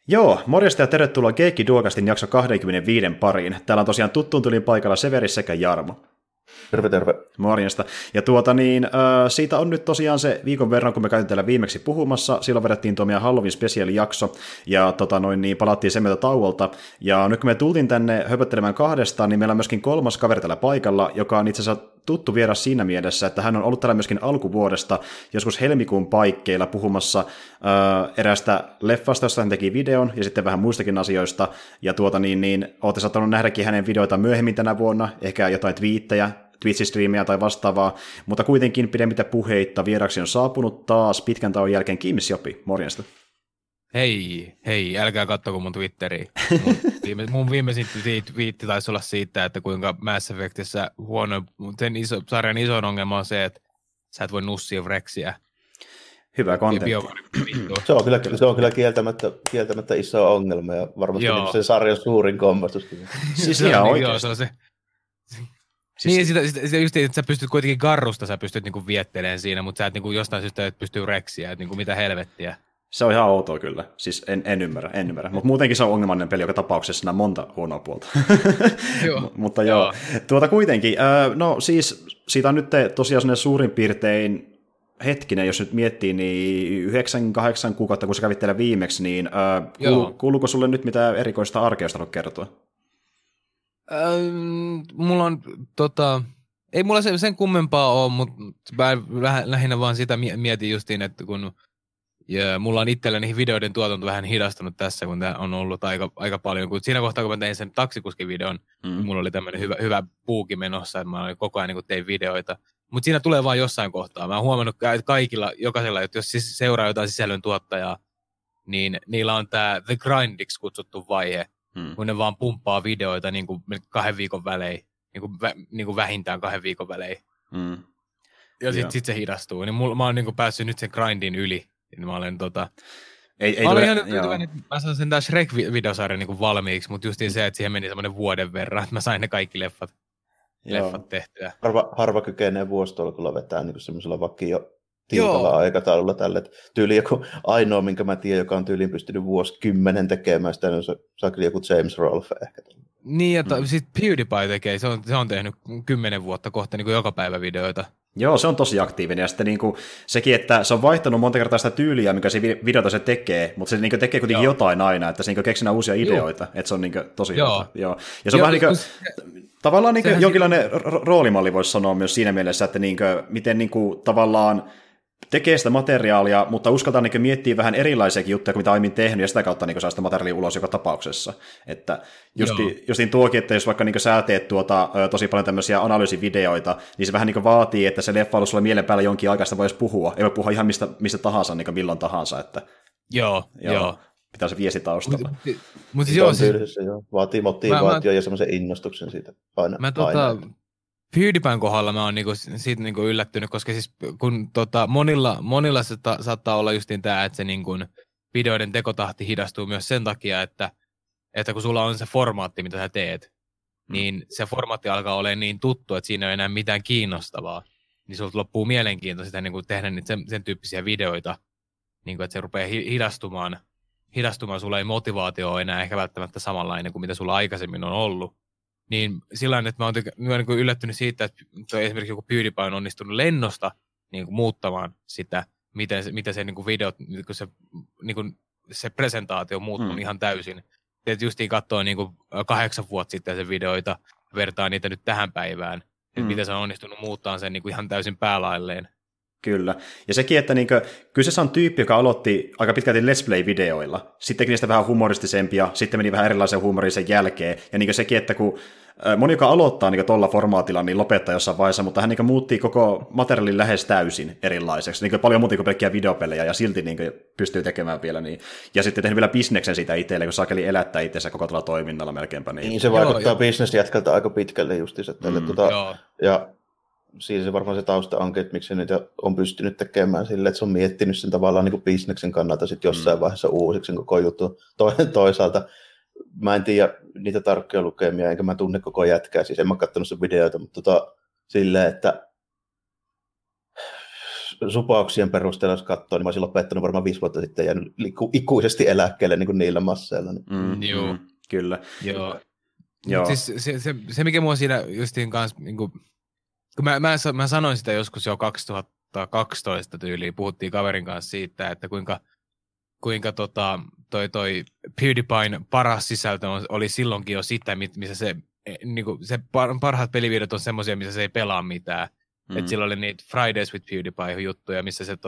Joo, morjesta ja tervetuloa Keikki Duokastin jakso 25 pariin. Täällä on tosiaan tuttuun tulin paikalla Severi sekä Jarmo. Terve, terve. Morjesta. Ja siitä on nyt tosiaan se viikon verran, kun me käytiin täällä viimeksi puhumassa. Silloin vedettiin tuo meidän Halloween special-jakso, ja palattiin sen meiltä tauolta. Ja nyt kun me tultiin tänne höpöttelemään kahdestaan, niin meillä on myöskin kolmas kaveri täällä paikalla, joka on itse asiassa tuttu vieras siinä mielessä, että hän on ollut täällä myöskin alkuvuodesta, joskus helmikuun paikkeilla puhumassa eräästä leffasta, josta hän teki videon, ja sitten vähän muistakin asioista. Ja olette saattanut nähdäkin hänen videoita myöhemmin tänä vuonna, ehkä jotain twiittejä, Twitch-striimiä tai vastaavaa, mutta kuitenkin pidemmittä puheitta vieraksi on saapunut taas pitkän tauon jälkeen Kim Siopi. Morjesta. Hei, älkää kattoko mun Twitteriä. Mun viimeisin twiitti taisi olla siitä, että kuinka Mass Effectissä sarjan isoin ongelma on se, että sä et voi nussia Vrexiä. Hyvä kontentti. Se on kyllä kieltämättä iso ongelma ja varmasti se sarjan suurin kommastus. Siis ihan oikeasti. Se on se. Niin, sitä just, että sä pystyt kuitenkin garrusta, sä pystyt niinku viettelemään siinä, mutta sä et niinku jostain syystä et pystyy reksiä, että niinku mitä helvettiä. Se on ihan outoa kyllä, siis en ymmärrä. Mutta muutenkin se on ongelmallinen peli joka tapauksessa, nämä monta huonoa puolta. Mutta joo. Kuitenkin, no siis siitä on nyt tosiaan suurin piirtein hetkinen, jos nyt miettii, niin 9-8 kuukautta, kun sä kävit täällä viimeksi, niin kuuluuko sulle nyt mitään erikoista arkea, josta haluat kertoa? Mulla on ei mulla sen kummempaa ole, mutta mä lähinnä vaan sitä mietin justiin, että kun mulla on itsellä niihin videoiden tuotanto vähän hidastunut tässä, kun tää on ollut aika paljon. Kun siinä kohtaa, kun mä tein sen taksikuskivideon, mulla oli tämmöinen hyvä puuki menossa, että mä koko ajan niin tein videoita. Mutta siinä tulee vaan jossain kohtaa. Mä oon huomannut, että jokaisella, että jos siis seuraa jotain sisällöntuottajaa, niin niillä on tää The Grindiksi kutsuttu vaihe, kun ne vaan pumppaa videoita niin kuin 2 viikon välein, niin kuin vähintään 2 viikon välein. Ja sit se hidastuu. Niin mä oon niin päässyt nyt sen grindin yli. Niin mä olen mä olin ihan tyytyväinen, että mä sain sen tää Shrek-videosarjan niin valmiiksi, mutta justiin se, että siihen meni semmoinen vuoden verran, että mä sain ne kaikki leffat tehtyä. Harva kykenee vuositolkulla vetää niin semmoisella vakio tiukalla aikataululla tälle. Tyyli joku ainoa, minkä mä tiedän, joka on tyyliin pystynyt vuosikymmenen tekemään sitä, niin se on kyllä joku James Rolfe ehkä. Niin, että sitten PewDiePie tekee, se on tehnyt 10 vuotta kohta niin kuin joka päivä videoita. Joo, se on tosi aktiivinen, ja sitten sekin, että se on vaihtanut monta kertaa sitä tyyliä, mikä se videota se tekee, mutta se tekee kuitenkin jotain aina, että se keksii uusia ideoita, että se on tosi hyvä. Joo. Ja se on vähän tavallaan jonkinlainen roolimalli voisi sanoa myös siinä mielessä, että miten tavallaan tekee sitä materiaalia, mutta uskaltaa miettiä vähän erilaisiakin juttuja kuin mitä aiemmin tehnyt, ja sitä kautta saa sitä materiaalia ulos joka tapauksessa. Että justiin tuokin, että jos vaikka sä teet tosi paljon tämmöisiä analyysivideoita, niin se vähän vaatii, että se leffa on ollut sulla mielen päällä jonkin aikaa, sitä voisi puhua. Ei voi puhua ihan mistä tahansa, milloin tahansa. Että, Joo. Pitää se viesti taustalla. Vaatii motivaatio ja semmoisen innostuksen siitä aina. PewDiePien kohdalla mä oon siitä yllättynyt, koska siis kun monilla se saattaa olla justiin tää, että se videoiden tekotahti hidastuu myös sen takia, että kun sulla on se formaatti, mitä sä teet, niin se formaatti alkaa olemaan niin tuttu, että siinä ei ole enää mitään kiinnostavaa. Niin sulta loppuu mielenkiinto sitä tehdä niitä sen tyyppisiä videoita, että se rupeaa hidastumaan, sulla ei motivaatio ole enää ehkä välttämättä samanlainen kuin mitä sulla aikaisemmin on ollut. Niin sillä että mä oon yllättynyt siitä, että esimerkiksi joku PewDiePie on onnistunut lennosta muuttamaan sitä, miten se videot, se presentaatio muuttuu ihan täysin. Et justiin katsoo 8 vuotta sitten sen videoita, vertaa niitä nyt tähän päivään, että miten se on onnistunut muuttaa sen ihan täysin päälailleen. Kyllä. Ja sekin, että kyseessä on tyyppi, joka aloitti aika pitkälti Let's Play-videoilla. Sitten teki niistä vähän humoristisempia, sitten meni vähän erilaisen humorin sen jälkeen. Ja sekin, että kun moni, joka aloittaa tuolla formaatilla, niin lopettaa jossain vaiheessa, mutta hän muutti koko materiaalin lähes täysin erilaiseksi. Paljon muuta kuin pelkkiä videopelejä, ja silti pystyy tekemään vielä niin. Ja sitten tehnyt vielä bisneksen siitä itselle, kun saakeli elättää itsensä koko tuolla toiminnalla melkeinpä. Niin se vaikuttaa bisnesjätkältä aika pitkälle justiinsa. Ja siinä se varmaan se tausta onkin, että miksi niitä on pystynyt tekemään silleen, että se on miettinyt sen tavallaan bisneksen kannalta sitten jossain vaiheessa uusiksi koko juttu. Toisaalta mä en tiedä niitä tarkkoja lukemia, enkä mä tunne koko jätkää, siis en mä katsonut sen videoita, mutta silleen, että supauksien perusteella, jos katsoo, niin mä olisin lopettanut varmaan 5 vuotta sitten ja jäänyt ikuisesti eläkkeelle niin kuin niillä masseilla. Joo. Kyllä. Joo. Siis se, mikä mua siinä justiin kanssa, niin kuin, kun mä sanoin sitä joskus jo 2012 tyyliin, puhuttiin kaverin kanssa siitä, että kuinka toi PewDiePien paras sisältö oli silloinkin jo sitä, missä se parhaat pelivideot on semmoisia, missä se ei pelaa mitään. Että sillä oli niitä Fridays with PewDiePie-juttuja, missä se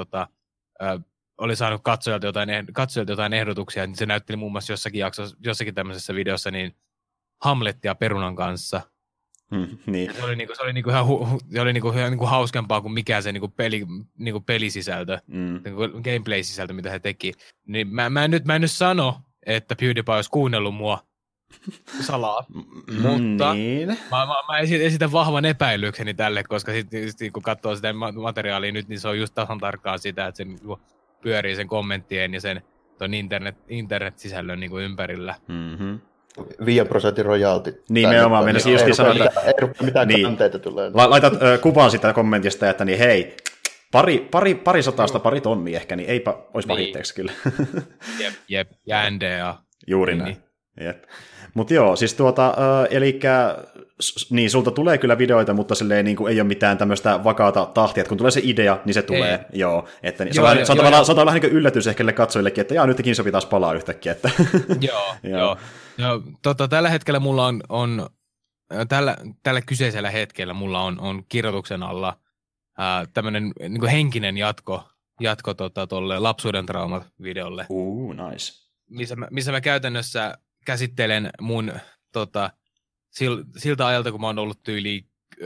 oli saanut katsojilta jotain ehdotuksia, niin se näytteli muun muassa jossakin tämmöisessä videossa niin Hamlettia perunan kanssa. Niin. Se oli ihan hauskempaa kuin mikään se pelisisältö, gameplay-sisältö, mitä he teki. Niin mä en nyt sano, että PewDiePie olisi kuunnellut mua salaa, mutta niin. mä esitän vahvan epäilykseni tälle, koska sit, kun katsoo sitä materiaalia nyt, niin se on just tasan tarkkaan sitä, että se pyörii sen kommenttien ja sen internet-sisällön niin kuin ympärillä. 5% rojalti. Nimenomaan, mennä justiin sanoa, että ei mitään kanteita tulee. Laitat kuvan sitä kommentista, että niin hei, pari satasta, pari tonnia ehkä, niin eipä olisi pahitteeksi kyllä. Jep, ja NDA. Juuri näin. Jep. Mutta joo, siis elikkä, niin sulta tulee kyllä videoita, mutta silleen niin kuin ei ole mitään tämmöistä vakaata tahtia, että kun tulee se idea, niin se tulee, ei. Joo. Että niin, se on tavallaan vähän niin kuin yllätys ehkä katsojillekin, että nytkin sopi taas palaa yhtäkkiä. Että Joo. Tällä hetkellä mulla on tällä kyseisellä hetkellä mulla on kirjoituksen alla tämmöinen niin henkinen jatko tolle lapsuuden traumat videolle. Nice. Missä mä käytännössä käsittelen mun siltä ajalta, kun mä oon ollut tyyli 11-14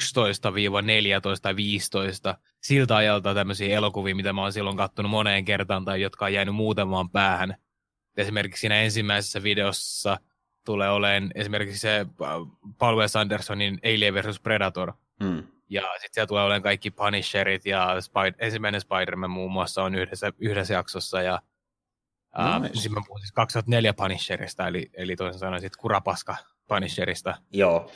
tai 15, siltä ajalta tämmöisiä elokuvia, mitä mä oon silloin kattonut moneen kertaan tai jotka on jäänyt muutamaan päähän. Esimerkiksi siinä ensimmäisessä videossa tulee olemaan esimerkiksi se Paul Wes Andersonin Alien vs. Predator. Ja sitten siellä tulee olemaan kaikki Punisherit ja ensimmäinen Spider-Man muun muassa on yhdessä jaksossa. Ja nice. Mä puhun siis 2004 Punisherista, eli toisin sanoen sitten Kurapaska Punisherista. Joo.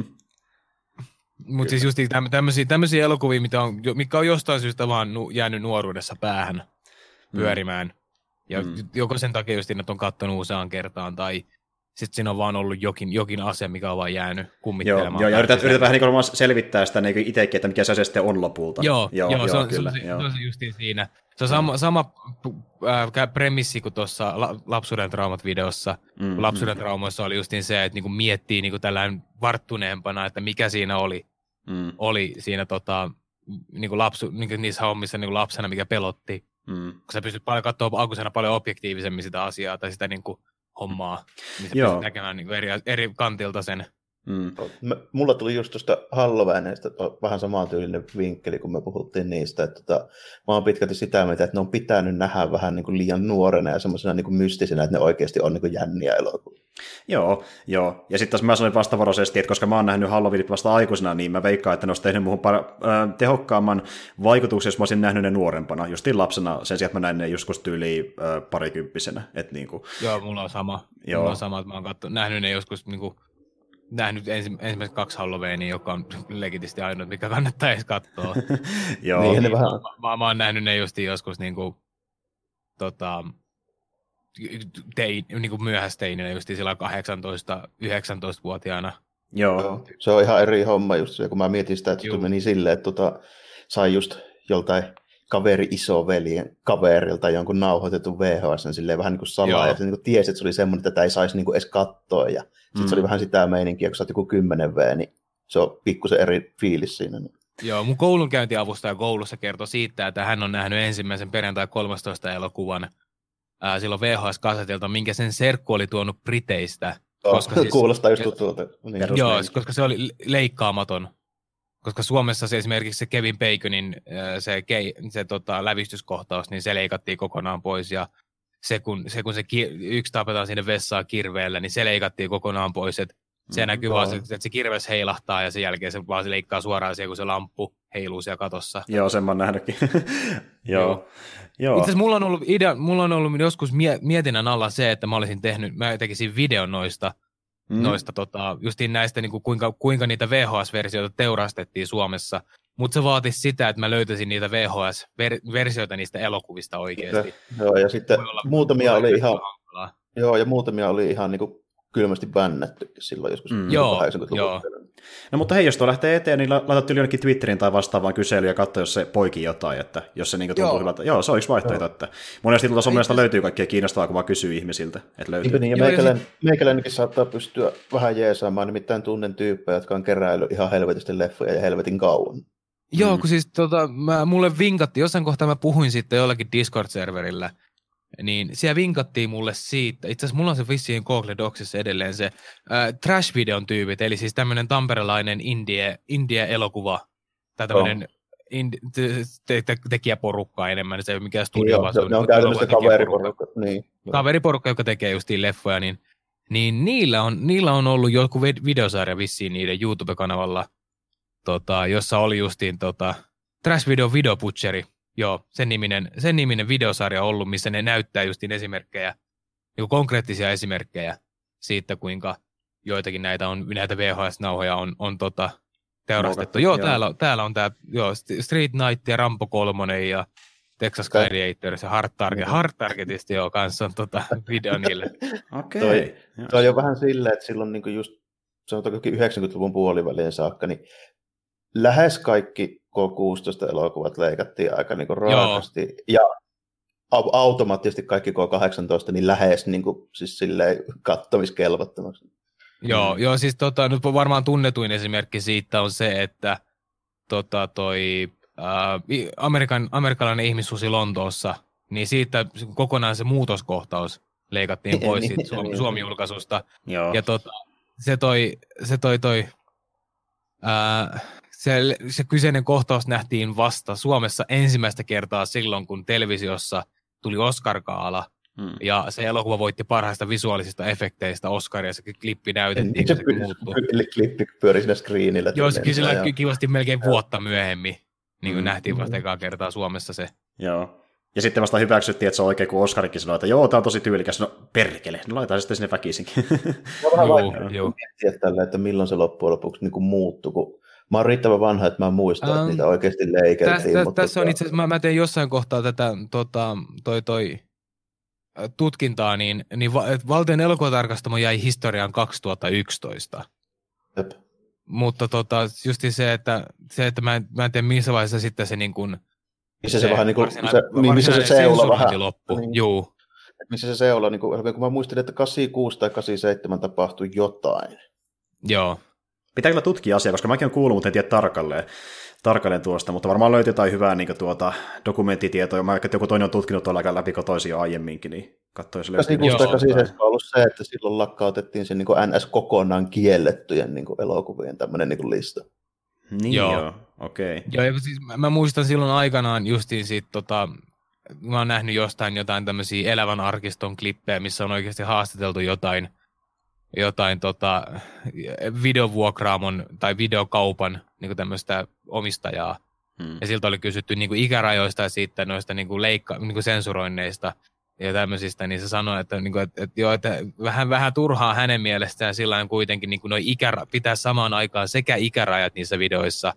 Mutta siis just tämmöisiä elokuvia, mitkä on jostain syystä vaan jäänyt nuoruudessa päähän pyörimään. Ja joko sen takia just, että on katsonut useaan kertaan, tai sitten siinä on vaan ollut jokin asia, mikä on vaan jäänyt kummittelemaan. Joo, ja yrität vähän niin kuin selvittää sitä niin itsekin, että mikä se sitten on lopulta. Joo, se on justiin siinä. Se on sama premissi kuin tuossa lapsuuden traumat videossa. Lapsuuden traumoissa oli justiin se, että niinku miettii niinku tällainen varttuneempana, että mikä siinä oli siinä niinku niissä hommissa niinku lapsena, mikä pelotti. Kun sä pystyt paljon katsoa aikuisena paljon objektiivisemmin sitä asiaa tai sitä niinku hommaa, niin sä pystyt näkemään niinku eri kantilta sen. Mulla tuli just tuosta Halloweenista vähän samantyylinen vinkkeli, kun me puhuttiin niistä, että mä oon pitkälti sitä mieltä, että ne on pitänyt nähdä vähän niin kuin liian nuorena ja semmoisena niin kuin mystisenä, että ne oikeasti on niin kuin jänniä elokuvia. Joo. Ja sitten taas mä sanoin vastavuoroisesti, että koska mä oon nähnyt Halloweenit vasta aikuisena, niin mä veikkaan, että ne olisi tehnyt muuhun tehokkaamman vaikutuksen, jos mä olisin nähnyt ne nuorempana, justiin lapsena, sen sijaan, että mä näin ne joskus tyyliin parikymppisenä. Niinku. Joo, mulla on sama. Mulla on sama, että mä oon nähnyt ne joskus niinku nähnyt ensimmäiset 2 Halloweenia, joka on legitisti ainoa, mikä kannattaa edes katsoa. Joo. Niin, mä oon nähnyt ne justiin joskus niinku niinku myöhästeininä justiin sillä 18-19-vuotiaana. Joo. Se on ihan eri homma just se, kun mä mietin sitä, että se meni silleen, että sai just joltain isovanveljen kaverilta jonkun nauhoitetun VHS silleen vähän niin kuin salaa, ja se niin tiesi, että se oli semmoinen, että tätä ei saisi niin edes katsoa, ja sitten se oli vähän sitä meininkiä, kun sä oot joku 10V, niin se on pikkusen eri fiilis siinä. Joo, mun koulunkäyntiavustaja koulussa kertoi siitä, että hän on nähnyt ensimmäisen perjantai 13 elokuvan silloin VHS-kasetilta, minkä sen serkku oli tuonut Briteistä. Koska kuulostaa just tutulta. Niin. Joo, koska se oli leikkaamaton. Koska Suomessa se esimerkiksi se Kevin Baconin se lävistyskohtaus, niin se leikattiin kokonaan pois. Ja kun se yksi tapetaan sinne vessaan kirveellä, niin se leikattiin kokonaan pois. Se näkyy vaan, että se kirves heilahtaa ja sen jälkeen se vaan se leikkaa suoraan siihen, kun se lamppu heiluu siellä katossa. Joo, sen mä oon nähnytkin. Joo. Itse asiassa mulla on ollut joskus mietinnän alla se, että mä tekisin videon noista justiin näistä, niin kuinka niitä VHS-versioita teurastettiin Suomessa. mutta se vaatisi sitä, että mä löytäisin niitä VHS-versioita niistä elokuvista oikeasti. Joo, ja sitten muutamia oli ihan niin kuin kylmästi bännätty silloin joskus 80-luvulla. No mutta hei, jos tuo lähtee eteen, niin laitat yli jonnekin Twitteriin tai vastaavaan kyselyyn ja katso, jos se poikii jotain, että jos se niin tuntuu hyvältä. Joo, se on yksi vaihtoehto, että monesti tuolta somesta löytyy kaikkea kiinnostavaa, kun vaan kysyy ihmisiltä, että löytyy. Niin, ja meikäläinenkin saattaa pystyä vähän jeesaamaan, nimittäin tunnen tyyppejä, jotka on keräillyt ihan helvetisti leffoja ja helvetin kauan. Joo, kun siis mulle vinkattiin, jossain kohtaa mä puhuin sitten jollakin Discord-serverillä, niin siellä vinkattiin mulle siitä, itse asiassa mulla on se vissiin Google Docsissa edelleen se trash-videon tyypit, eli siis tämmöinen tamperelainen indie-elokuva, tai tämmöinen tekijäporukka enemmän, se ei ole mikään studio, vaan se on käytännössä kaveriporukka. Niin. Kaveriporukka, joka tekee justiin leffoja, niin niillä on ollut joku videosarja vissiin niiden YouTube-kanavalla, jossa oli justiin Trash Video Butcheri. Joo, sen niminen videosarja on ollut, missä ne näyttää justiin esimerkkejä, niin konkreettisia esimerkkejä siitä, kuinka joitakin näitä VHS-nauhoja on teurastettu. Joo, täällä on tämä Street Night ja Rambo 3 ja Texas Gladiators ja Hard Targetista kanssa on video niille. Okei. Se on jo vähän silleen, että silloin niin just sanotaanko 90-luvun puoliväliin saakka, niin lähes kaikki K16-elokuvat leikattiin aika niin raakasti, ja automaattisesti kaikki K18 niin lähes niin kuin, siis silleen kattomiskelvottomaksi. Joo, siis nyt varmaan tunnetuin esimerkki siitä on se, että amerikkalainen ihmissusi Lontoossa, niin siitä kokonaan se muutoskohtaus leikattiin pois siitä Suomi-julkaisusta. Joo. Ja se kyseinen kohtaus nähtiin vasta Suomessa ensimmäistä kertaa silloin, kun televisiossa tuli Oscar-gaala, ja se elokuva voitti parhaista visuaalisista efekteistä Oscaria, se klippi näytettiin, kun se muuttui. Klippi pyöri siinä screenillä. Joo, se kyllä kivasti melkein vuotta myöhemmin, niin kuin nähtiin vasta ekaa kertaa Suomessa se. Joo. Ja sitten vasta hyväksyttiin, että se on oikein, kun Oscarikin sanoi, että joo, tämä on tosi tyylikäs. No perkele, no laitetaan sitten sinne väkisinkin. Joo. Että milloin se loppujen lopuksi niin muuttui, kun mä oon riittävän vanha, että mä muistan, että niitä oikeasti leikeltiin. Tässä on itse asiassa, mä tein jossain kohtaa tätä tutkintaa, niin Valtion elokuvatarkastamo jäi historiaan 2011. Jep. Mutta justi se, että mä en tiedä missä vaiheessa sitten se niin kuin missä se vähän niin kuin missä se seula vähän loppu. Niin. Juu. Missä se seula niin kuin kun mä muistin, että 86 tai 87 tapahtui jotain. Joo. Pitää kyllä tutkia asiaa, koska mäkin olen kuullut, mutta en tiedä tarkalleen tuosta, mutta varmaan löytyy jotain hyvää niin dokumenttitietoa. Mä että joku toinen on tutkinut tuolla läpi kotoisin jo aiemminkin, niin katsoi se löytyy. 86 on ollut se, että silloin lakkautettiin se niin NS kokonaan kiellettyjen niin elokuvien tämmöinen niin lista. Niin joo, okei. Joo, ja siis mä muistan silloin aikanaan justiin siitä, mä oon nähnyt jostain jotain tämmöisiä elävän arkiston klippejä, missä on oikeasti haastateltu jotain videovuokraamon tai videokaupan niin kuin tämmöistä omistajaa. Ja siltä oli kysytty niin kuin ikärajoista ja siitä noista niin kuin niin kuin sensuroinneista ja tämmöisistä, niin se sanoi, että vähän turhaa hänen mielestään sillä kuitenkin niin kuin pitää samaan aikaan sekä ikärajat niissä videoissa,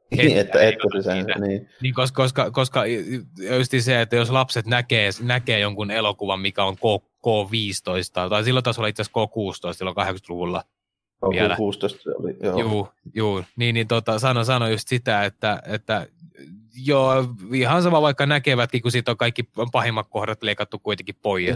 niin, koska just se, että jos lapset näkee jonkun elokuvan, mikä on K15, tai silloin taas oli itse asiassa K16 silloin 80-luvulla. K16 se oli, joo. Joo, niin sano just sitä, että joo, ihan sama vaikka näkevätkin, kun siitä on kaikki pahimmat kohdat leikattu kuitenkin pois.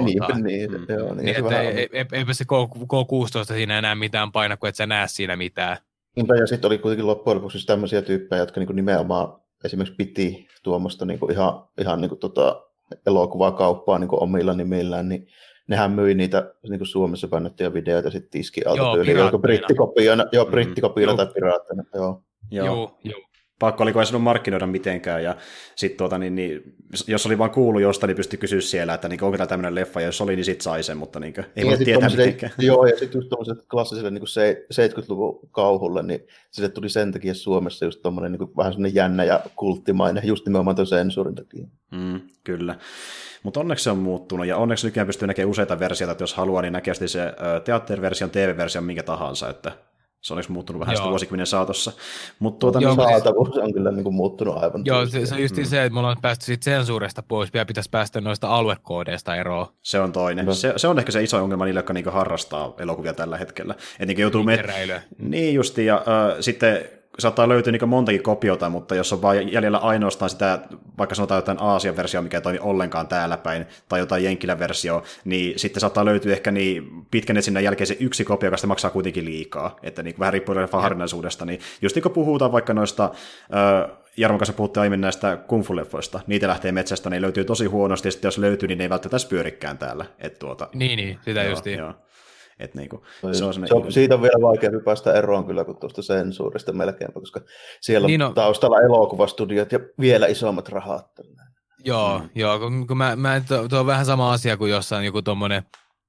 Eipä se K16 siinä enää mitään paina, kun et sä näe siinä mitään. Ja sitten oli kuitenkin loppujen lopuksi tämmöisiä tyyppejä, jotka niinku nimenomaan esimerkiksi piti tuommoista niinku ihan niinku elokuvaa kauppaa niinku omilla nimillään, niin nehän myi niitä niinku Suomessa bännettyjä videoita sitten tiskin alta tyyliin, joko brittikopioina tai piraattina. Joo. Pakko oliko ei sanonut markkinoida mitenkään, ja sitten jos oli vaan kuullut jostain, niin pystyi kysyä siellä, että onko tämä tämmöinen leffa, ja jos oli, niin sitten sai sen, mutta ei voi tietää mitenkään. Joo, ja sitten just tuollaiselle klassiselle 70-luvun kauhulle, niin sille tuli sen takia Suomessa just tuommoinen vähän semmoinen jännä ja kulttimainen, just nimenomaan tuon sensuurin takia. Kyllä. Mutta onneksi se on muuttunut, ja onneksi nykyään pystyy näkemään useita versioita, että jos haluaa, niin näkee se teatteriversion, TV-version, minkä tahansa, että Se olisi muuttunut vähän sitä vuosikymmenen saatossa. Saatavuus on kyllä niin kuin muuttunut aivan. Joo, se on just se, että me ollaan päästy siitä sensuurista pois, vielä pitäisi päästä noista aluekoodeista eroon. Se on toinen. Se on ehkä se iso ongelma niille, jotka niinku harrastaa elokuvia tällä hetkellä. Että joutuu niin justiin, ja sitten saattaa löytyä niin montakin kopiota, mutta jos on vain jäljellä ainoastaan sitä, vaikka sanotaan jotain Aasian versiota, mikä ei toimi ollenkaan täällä päin, tai jotain Jenkkilän versio, niin sitten saattaa löytyä ehkä niin pitkän etsinnän jälkeen se yksi kopio, joka maksaa kuitenkin liikaa. Että niin vähän riippuu harvinaisuudesta. Niin just kun puhutaan vaikka noista Jarmon kanssa puhuttiin aiemmin näistä kung-fu-leffoista, niitä lähtee metsästä, niin löytyy tosi huonosti, ja sitten jos löytyy, niin ne ei välttämättä pyörikään täällä. Niin, sitä justiin. Joo. Niinku, siitä on vielä vaikeampi päästä eroon kyllä kuin tuosta sensuurista melkein, koska siellä on taustalla elokuvastudiot ja vielä isommat rahat. Joo, kun tuo on vähän sama asia kuin jossain joku tommonen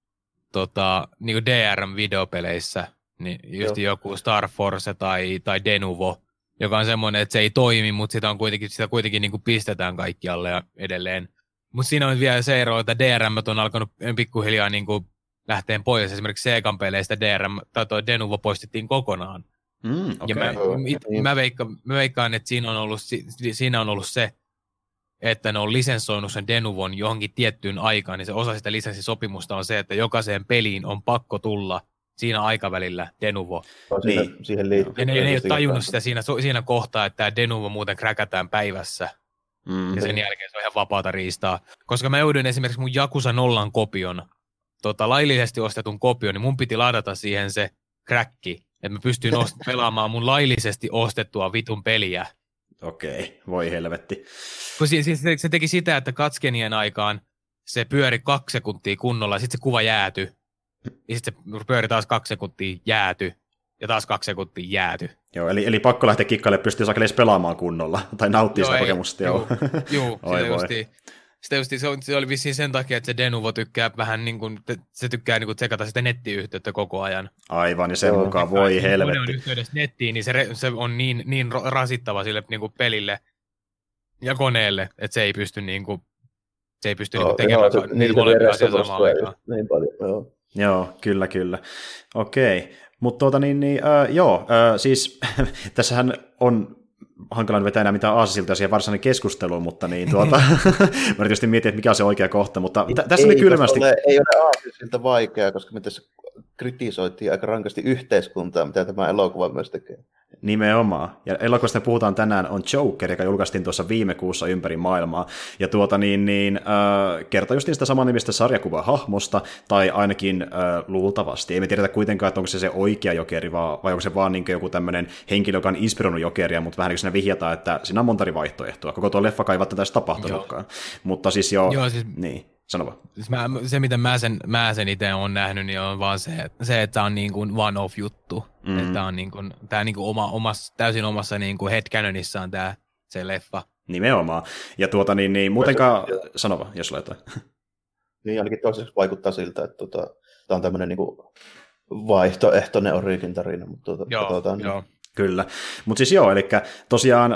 niin DRM-videopeleissä, niin just joku Star Force tai Denuvo, joka on semmoinen, että se ei toimi, mutta sitä kuitenkin niin kuin pistetään kaikkialle ja edelleen. Mutta siinä on vielä se ero, että DRM on alkanut pikkuhiljaa niin kuin lähteen pois. Esimerkiksi Segan peleistä DRM tai tuo Denuvo poistettiin kokonaan. Okay. Ja mä veikkaan, että siinä on ollut se, että ne on lisenssoinut sen Denuvon johonkin tiettyyn aikaan, niin se osa sitä lisenssisopimusta on se, että jokaiseen peliin on pakko tulla siinä aikavälillä Denuvo. Siihen liittyy. Ja ne ei ole tajunnut sitä siinä kohtaa, että tämä Denuvo muuten kräkätään päivässä. Ja sen jälkeen se on ihan vapaata riistaa. Koska mä jouduin esimerkiksi mun Yakuza 0 kopion, laillisesti ostetun kopion, niin mun piti ladata siihen se kräkki, että mä pystyin pelaamaan mun laillisesti ostettua vitun peliä. Okei, voi helvetti. Kun se teki sitä, että katskenien aikaan se pyöri 2 sekuntia kunnolla, ja sitten se kuva jäätyi. Ja sitten se pyöri taas 2 sekuntia jääty, ja taas 2 sekuntia jääty. Joo, eli pakko lähteä kikkaille, pystyy edes pelaamaan kunnolla, tai nauttii sitä kokemusta. Joo, se oli vissiin sen takia, että se Denuvo tykkää vähän niin kuin, se tykkää niin kuin tsekata sitä nettiyhteyttä koko ajan. Aivan, ja sen mukaan voi helvetti. Kun on yhteydessä nettiin, niin se on niin rasittava sille niin kuin pelille ja koneelle, että se ei pysty niin kuin, tekemään niitä molempia asioita samaan aikaan. Niin paljon, Joo, kyllä. Okei, mutta siis tässähän on hankala vetää enää mitään aasasilta siihen varsinainen keskusteluun, mutta niin mä tietysti mietin, että mikä on se oikea kohta, mutta tässä oli kylmästi. Ei ole aasasilta vaikeaa, koska me tässä kritisoitiin aika rankasti yhteiskuntaa, mitä tämä elokuva myös tekee. Nimenomaan. Ja elokuvasta puhutaan tänään on Joker, joka julkaistiin tuossa viime kuussa ympäri maailmaa. Ja kertoo just sitä samanimistä sarjakuvahahmosta, tai ainakin luultavasti. Ei me tiedetä kuitenkaan, että onko se oikea Jokeri, vai onko se vaan niin joku tämmöinen henkilö, joka on inspiroinut Jokeria, mutta vähän niin kuin siinä vihjataan, että siinä on monta eri vaihtoehtoa. Koko tuo leffa ei välttämättä tapahtunutkaan. Mutta siis niin. Sano siis se, mitä mä sen itse olen nähnyt, niin on vaan se että tämä on niin kuin one-off juttu. Että tämä on niin kuin, täysin omassa niin kuin headcanonissaan tämä se leffa. Nimenomaan. Ja muutenkaan, sano vaan, jos jotain. Niin ainakin toiseksi vaikuttaa siltä, että tämä on tämmöinen niin kuin vaihtoehtoinen origin tarina. Mutta katsotaan. Joo. Kyllä, mutta siis eli tosiaan,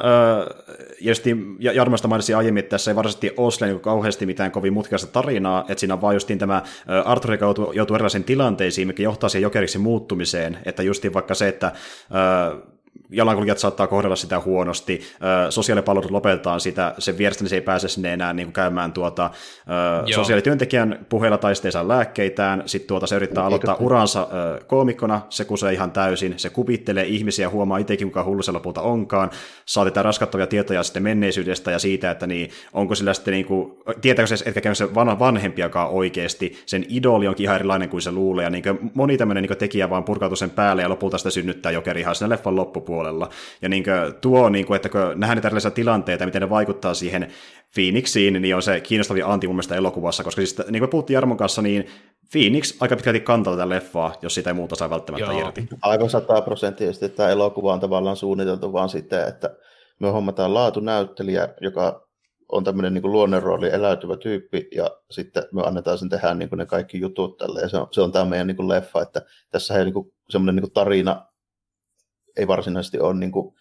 Jarmosta mainitsin aiemmin, että tässä ei varsinaisesti ole niin kauheasti mitään kovin mutkaista tarinaa, että siinä on vaan justiin tämä Arthur, joka joutuu erilaisiin tilanteisiin, mikä johtaa siihen Jokeriksi muuttumiseen, että justiin vaikka se, että jalankulkijat saattaa kohdella sitä huonosti, sosiaalipalvelut lopetetaan sitä, sen vierestä niin se ei pääse sinne enää niin kuin käymään sosiaalityöntekijän puheilla tai sitten ei saa lääkkeitään, sitten se yrittää aloittaa uransa koomikkona, se kusee ihan täysin, se kupittelee ihmisiä, huomaa itsekin, kuinka hullu se lopulta onkaan, saatetaan raskattavia tietoja sitten menneisyydestä ja siitä, että niin, onko sillä sitten, niin kuin, tietääkö se, etkä käy se vanhempiakaan oikeasti, sen idoli onkin ihan erilainen kuin se luulee, ja niin kuin moni tämmöinen niin kuin tekijä vaan purkautuu sen päälle ja lopulta sitä synnyttää Jokeri ihan siinä leffan loppupuolella. Ja tuo, että kun nähdään niitä erilaisia tilanteita, miten ne vaikuttaa siihen Phoenixiin, niin on se kiinnostavia anti mun mielestä elokuvassa, koska siis, niin kuin puhuttiin Jarmon kanssa, niin Phoenix aika pitkälti kantaa tätä leffaa, jos sitä ei muuta saa välttämättä irti. Aivan 100%, että tämä elokuva on tavallaan suunniteltu vaan sitten, että me hommataan laatunäyttelijä, joka on tämmöinen niin kuin luonnonrooli eläytyvä tyyppi, ja sitten me annetaan sen tehdä niin kuin ne kaikki jutut tälle, ja se on tämä meidän niin kuin leffa, että tässä ei niin kuin semmoinen niin kuin tarina ei varsinaisesti ole niin kuin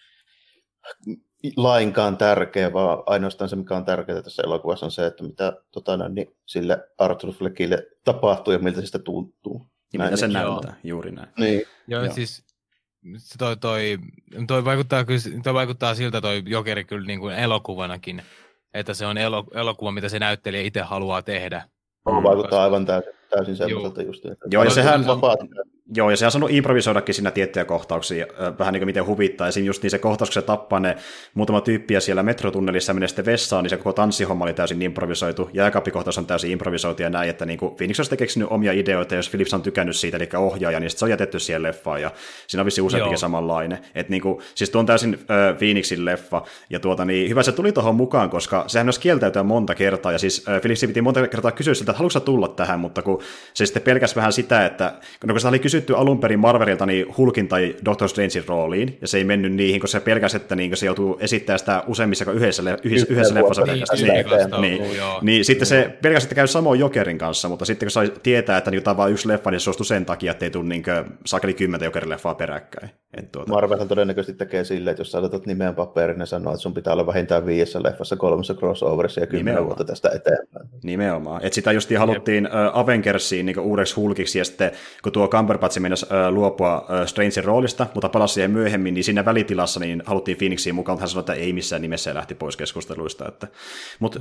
lainkaan tärkeä, vaan ainoastaan se, mikä on tärkeää tässä elokuvassa, on se, että mitä niin sille Arthur Fleckille tapahtuu ja miltä sitä tuntuu. Ja mitä se näyttää, juuri näin. Niin. Joo. Siis toi vaikuttaa siltä toi Jokeri kyllä niin kuin elokuvanakin, että se on elokuva, mitä se näyttelijä itse haluaa tehdä. Vaikuttaa aivan täysin semmoiselta just. Joo, ja sehän sanoi improvisoidakin siinä tiettyjä kohtauksia, vähän niin kuin miten huvittaa. Esimerkiksi just niin se kohtaus, kun se tappaa ne muutama tyyppiä siellä metrotunnelissa ja menee sitten vessaan, niin se koko tanssihomma oli täysin improvisoitu. Jääkaappikohtaus on täysin improvisoitu ja näin, että niin kuin Phoenix on sitten keksinyt omia ideoita, jos Phillips on tykännyt siitä, eli ohjaaja, niin se on jätetty siihen leffaan, ja siinä on vissiin useampikin samanlainen. Että niin kuin, siis tuo on täysin Phoenixin leffa, ja niin hyvä se tuli tuohon mukaan, koska sehän myös kieltäytyä monta kertaa, ja siis Phillipsin piti monta kertaa kysyä siltä, että haluatko tulla tähän, mutta kun se sitten pelkäsi vähän sitä, että kun sitä oli kysytty alun perin Marvelilta niin Hulkin tai Doctor Strangein rooliin, ja se ei mennyt niihin, koska se pelkäsi, että niin se joutuu esittämään sitä useimmissa kuin yhdessä leffassa. Niin sitten se pelkäsi, että käy samoin Jokerin kanssa, mutta sitten kun sai tietää, että tämä on vain yksi leffa, niin se suostui sen takia, että ei tule niin sakeli 10 Jokerin-leffaa peräkkäin. Marvelhan todennäköisesti tekee silleen, että jos sä otat nimeän paperin ja sanoo, että sun pitää olla vähintään 5 leffassa, 3 crossoverissa ja 10 vuotta tästä eteenpäin. Nimenomaan. Että sitä justiin haluttiin Avengersiin niin uudeksi Hulkiksi, ja sitten kun tuo Cumberbatch mennessä luopua Strangein roolista, mutta palasi siihen myöhemmin, niin siinä välitilassa niin haluttiin Phoenixiin mukaan, mutta hän sanoi, että ei missään nimessä, ja lähti pois keskusteluista. Mutta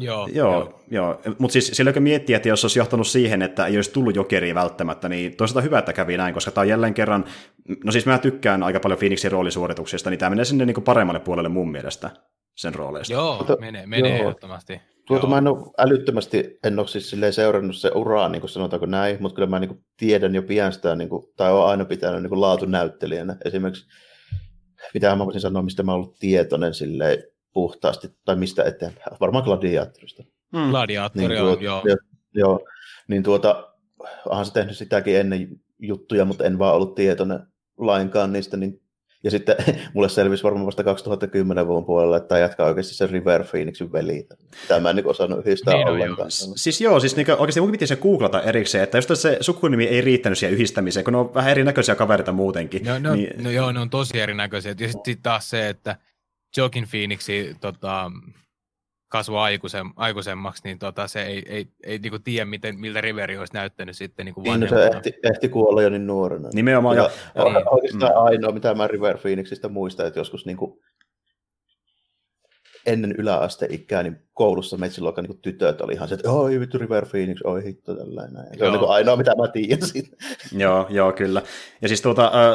siis silloin kun miettii, että jos olisi johtanut siihen, että ei olisi tullut Jokeria välttämättä, niin toisaalta hyvä, että kävi näin, koska tämä on jälleen kerran, no siis mä tykkään aika paljon Phoenixin roolisuorituksista, niin tämä menee sinne niin kuin paremmalle puolelle mun mielestä sen rooleista. Joo, menee ehdottomasti. Mä en ole älyttömästi, en ole siis seurannut se uraa, niin kuin sanotaanko näin, mutta kyllä mä niin kuin tiedän jo pian sitä, niin kuin, tai olen aina pitänyt niin kuin laatunäyttelijänä. Esimerkiksi, mitä mä voisin sanoa, mistä mä oon ollut tietoinen puhtaasti, tai mistä eteenpäin. Varmaan Gladiatorista. Gladiatori niin, on, joo. Joo, niin onhan se tehnyt sitäkin ennen juttuja, mutta en vaan ollut tietoinen lainkaan niistä, niin ja sitten mulle selvisi varmaan vasta 2010 vuoden puolella, että tämä jatkaa oikeasti sen River Phoenixin veli. Tämä mä en niin osannut yhdistää ollenkaan. Siis niin oikeasti mun piti se googlata erikseen, että jos se sukunimi ei riittänyt siihen yhdistämiseen, kun ne on vähän erinäköisiä kavereita muutenkin. Ne on tosi erinäköisiä. Ja sitten taas se, että Joaquin Phoenixi kasvoi aikuisemmaksi, niin se ei niinku tiedä, miltä Riveri olisi näyttänyt sitten niinku vanhempana. Se ehti kuolla jo niin nuorena. Nimenomaan. Oikeastaan ainoa, mitä mä River Phoenixista muistan, että joskus niinku ennen yläasteikää niin koulussa metsiluokan niin tytöt oli ihan se, että oi vittu River Phoenix, oi hitto tällainen. Se on niin ainoa, mitä mä tiedän siitä. Joo, kyllä. Ja siis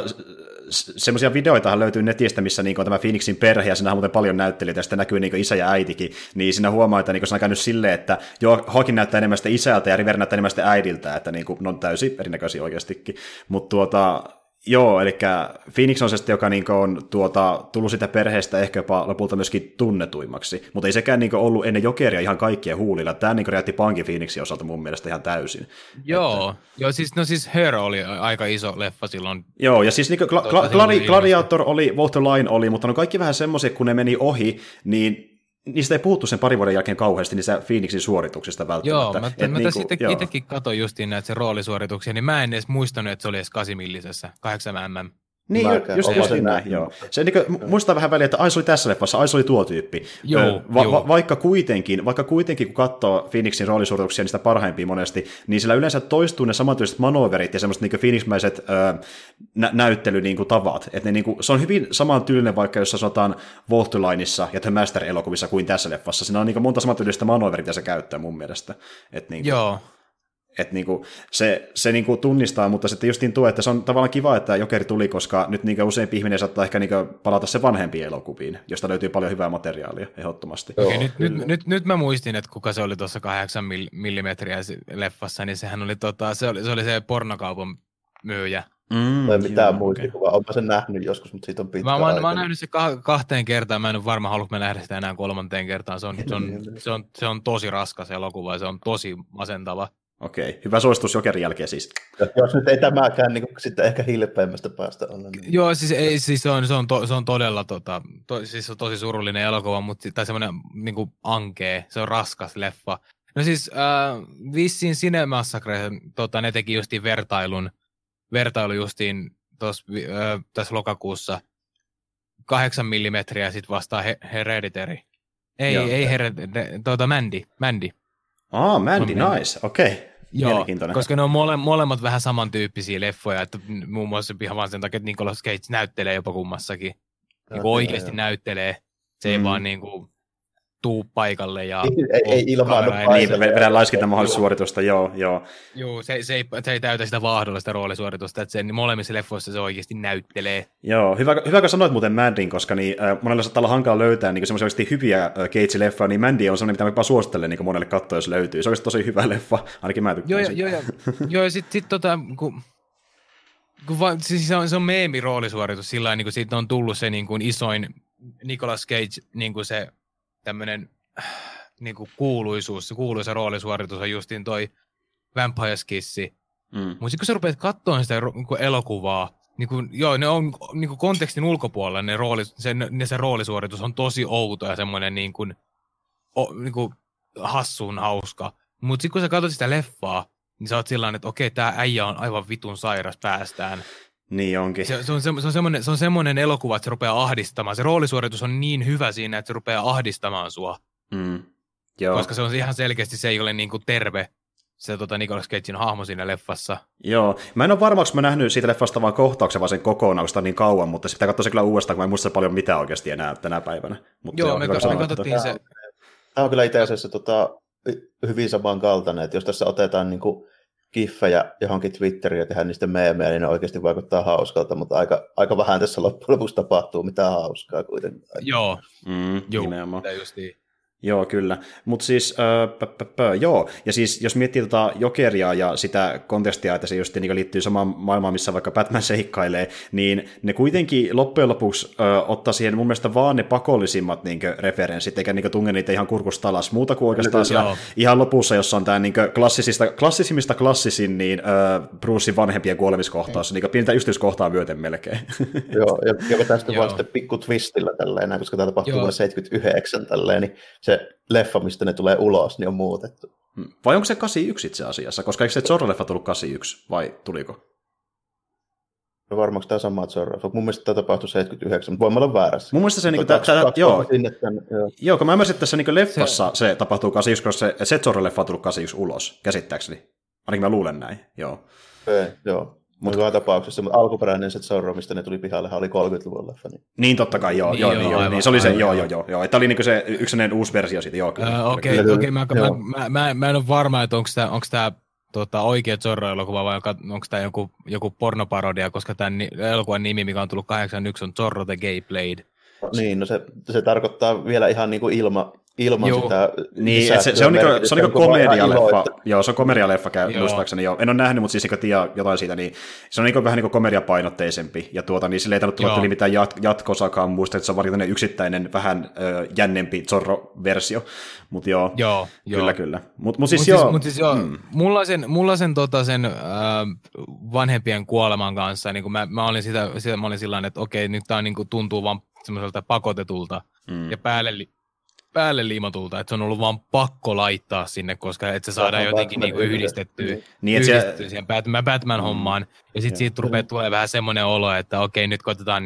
semmoisia videoitahan löytyy netistä, missä niin on tämä Phoenixin perhe, ja siinä on muuten paljon näyttelijöitä, ja sitten näkyy niin isä ja äitikin, niin siinä huomaa, että niin se on käynyt silleen, että Hawkin näyttää enemmän sitä isältä, ja River näyttää enemmän sitä äidiltä, että niin ne on täysin erinäköisiä oikeastikin. Mutta joo, eli Phoenix on se sitten, joka niin on tullut sitä perheestä ehkä jopa lopulta myöskin tunnetuimmaksi, mutta ei sekään niin ollut ennen Jokeria ihan kaikkien huulilla. Tämä niin räjähti pankin Phoenixin osalta mun mielestä ihan täysin. Joo, siis Her oli aika iso leffa silloin. Joo, ja siis niin Gladiator oli, Walk the Line oli, mutta on kaikki vähän semmoisia, kun ne meni ohi, niin niistä ei puhuttu sen parin vuoden jälkeen kauheasti niistä Phoenixin suorituksista välttämättä. Joo, mä itsekin katsoin justiin näitä sen roolisuorituksia, niin mä en edes muistanut, että se oli edes 8-millisessä, 8mm. Niin, just näin, joo. Se muistaa vähän väliä, että ai se oli tässä leffassa, ai se oli tuo tyyppi. Joo. Vaikka kuitenkin, kun katsoo Phoenixin roolisuorituksia, niistä parhaimpia monesti, niin sillä yleensä toistuu ne samantyyliset manoverit ja semmoiset niin Phoenix-mäiset näyttelytavat. Että se on hyvin samantyylinen, vaikka jos sanotaan Walk the Lineissa ja The Master-elokuvissa kuin tässä leffassa. Siinä on monta samantyylistä manoverit, ja se käyttää mun mielestä. Joo. Että se tunnistaa, mutta sitten justiin tuo, että se on tavallaan kiva, että Jokeri tuli, koska nyt useampi ihminen saattaa ehkä palata se vanhempiin elokuviin, josta löytyy paljon hyvää materiaalia ehdottomasti. Okei, nyt mä muistin, että kuka se oli tuossa 8 millimetriä leffassa, niin sehän oli, se oli se pornokaupan myyjä. Tai mitään muistikuvaa. Olen sen nähnyt joskus, mutta siitä on pitkä aika. Mä oon nähnyt se 2 kertaa. Mä en ole varma, haluanko mä nähdä sitä enää 3. kertaan. Se on tosi raskas elokuva ja se on tosi masentava. Okei, hyvä suositus Jokerin jälkeen siis. Jos nyt ei tämäkään, niin sitten ehkä hilpeimmästä päästä olla. Niin. Joo, siis se on todella siis on tosi surullinen elokuva, tai semmoinen niin kuin ankee, se on raskas leffa. No siis vissiin Cinemassacre, ne teki justiin vertailu justiin tässä lokakuussa 8 millimetriä sitten vastaan Hereditary. Mandy. Mandy, nice, okei. Joo, koska ne on molemmat vähän samantyyppisiä leffoja, että muun muassa ihan vaan sen takia, että Nicolas Cage näyttelee jopa kummassakin. Niin oikeasti näyttelee. Se ei vaan niinku tuu paikalle ja... Ei ilmaannu paikalle. Niin, vedään laiskinta mahdollista suoritusta, joo. Joo, se ei täytä sitä vaahdollista roolisuoritusta, että sen molemmissa leffoissa se oikeasti näyttelee. Joo, hyvä kun sanoit muuten Mandin, koska niin, monella saattaa olla hankala löytää niin semmoisia oikeasti hyviä Cage-leffoja, niin Mandy on semmoinen, mitä mä jopa suosittelen niin monelle katsoa, jos löytyy. Se olisi tosi hyvä leffa, ainakin mä tykkään siitä. Joo, ja sitten siis se on meemi-roolisuoritus, sillä niin siitä on tullut se niin kuin isoin Nicolas Cage, niin kuin se tämmöinen niin kuin kuuluisa roolisuoritus on justiin toi Vampire's Kissi. Mutta kun sä rupeat katsomaan sitä elokuvaa, ne on niin kuin kontekstin ulkopuolella, se roolisuoritus on tosi outo ja semmoinen niin kuin hassuun hauska. Mutta sitten kun sä katsot sitä leffaa, niin sä oot sillain, että okei, tää äijä on aivan vitun sairas päästään. Niin onkin. Se on semmoinen elokuva, että se rupeaa ahdistamaan. Se roolisuoritus on niin hyvä siinä, että se rupeaa ahdistamaan sua. Joo. Koska se on ihan selkeästi, se ei ole niinku terve, se Nicolas Cagein hahmo siinä leffassa. Joo. Mä en ole varma, onko mä nähnyt siitä leffasta vaan kohtauksen vaan sen kokonaan, koska sitä on niin kauan, mutta sitä katsoa se kyllä uudestaan, kun mä en muista paljon mitään oikeasti enää tänä päivänä. Mutta joo, me katsottiin se. Tämä on kyllä itse asiassa hyvin samankaltainen, että jos tässä otetaan niinku kiffejä johonkin Twitteriin ja tehdään niistä meemejä, niin ne oikeasti vaikuttaa hauskalta, mutta aika vähän tässä loppujen lopuksi tapahtuu mitään hauskaa kuitenkaan. Joo, nimenomaan. Joo, kyllä. Mutta siis, joo, ja siis jos miettii Jokeria ja sitä kontekstia, että se just niin liittyy samaan maailmaan, missä vaikka Batman seikkailee, niin ne kuitenkin loppujen lopuksi ottaa siihen mun mielestä vaan ne pakollisimmat referenssit, eikä tunge niitä ihan kurkusta alas. Muuta kuin oikeastaan siellä ihan lopussa, jossa on tämä klassisimmista klassisin niin Brucein vanhempien kuolemiskohtaus, niin pientä yksityiskohtaa myöten melkein. Joo, ja vetää sitten vaan sitten pikku twistillä tälleen, koska tämä tapahtuu vuonna 79 tälleen, niin se leffa, mistä ne tulee ulos, niin on muutettu. Vai onko se 81 itse asiassa? Koska eikö se Zorro-leffa tullut 81, vai tuliko? No varmaanko tämä sama Zorro? Mun mielestä tämä tapahtui 79, mutta voimme olla väärässä. Mun mielestä se, joo, kun mä ymmärsin, että tässä leffassa se tapahtuu 81, koska se Zorro-leffa on tullut 81 ulos, käsittääkseni. Ainakin mä luulen näin, joo. Joo. Mutta tapauksessa, mutta alkuperäinen se Zorro, mistä ne tuli pihalle, oli 30-luvun leffa. Niin totta kai, joo. Niin se oli se, joo. Tämä oli niinku se yksinen uusi versio siitä, joo. Okei, mä en ole varma, että onko tämä oikea Zorro-elokuva vai onko tämä joku pornoparodia, koska tämän elokuvan nimi, mikä on tullut 81, on Zorro the Gay Blade. Niin, no se tarkoittaa vielä ihan niinku ilman sitä. Niin, se on niinku komedialeffa. Joo, se on komedialeffa muistaakseni. Joo. En ole nähnyt, mutta siis eikö tiedä jotain siitä, niin se on niinku vähän niinku komediapainotteisempi. Ja niin sille ei tarvitse tulla mitään jatkosakaan muista, että se on varmaan yksittäinen vähän jännempi Zorro-versio. Mutta joo, kyllä. Mutta siis joo. Mulla sen vanhempien kuoleman kanssa, niin mä olin sillä että okei, nyt tää niinku tuntuu vaan semmoiselta pakotetulta ja päälle liimatulta, että se on ollut vaan pakko laittaa sinne, koska että se saadaan jotenkin niinku yhdistettyä siihen Batman-hommaan. Ja sitten siitä tulee vähän semmoinen olo, että okei, nyt koitetaan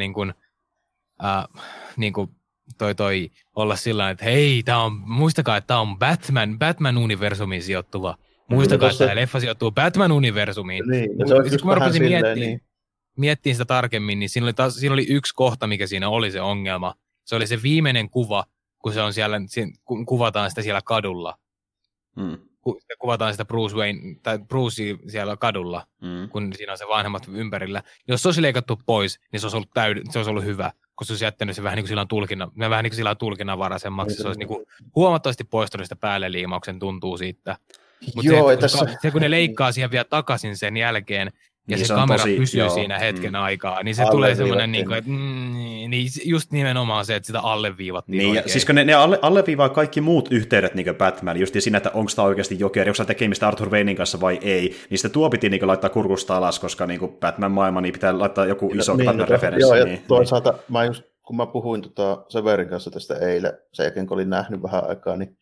toi olla sillä että hei, muistakaa, että tämä on Batman-universumiin sijoittuva. Muistakaa, että tämä leffa sijoittuu Batman-universumiin. Niin, kun mä rupesin miettimään sitä tarkemmin, niin siinä oli yksi kohta, mikä siinä oli se ongelma. Se oli se viimeinen kuva, kun se on siellä, kuvataan sitä siellä kadulla. Kuvataan sitä Brucea siellä kadulla, kun siinä on se vanhemmat ympärillä. Jos se olisi leikattu pois, niin se olisi ollut hyvä, koska se olisi jättänyt se vähän niin kuin tulkinnanvaraisemmaksi. Se olisi niin kuin huomattavasti poistunut sitä päälle liimauksen tuntuu siitä. Mutta se, kun ne leikkaa siihen vielä takaisin sen jälkeen, ja niin se kamera pysyy siinä hetken aikaa, niin se tulee semmoinen, niin just nimenomaan se, että sitä alleviivattiin niin, oikein. Siis kun ne alleviivaa kaikki muut yhteydet niin kuin Batman, just siinä, että onko tämä oikeasti Jokeri, onko tämä tekemistä Arthur Waynein kanssa vai ei, niin sitä tuo piti niin laittaa kurkusta alas, koska niin Batman-maailma, niin pitää laittaa joku iso Batman-referenssi. Joo, ja toisaalta, kun mä puhuin Severin kanssa tästä eilen, sen jälkeen kun olin nähnyt vähän aikaa, niin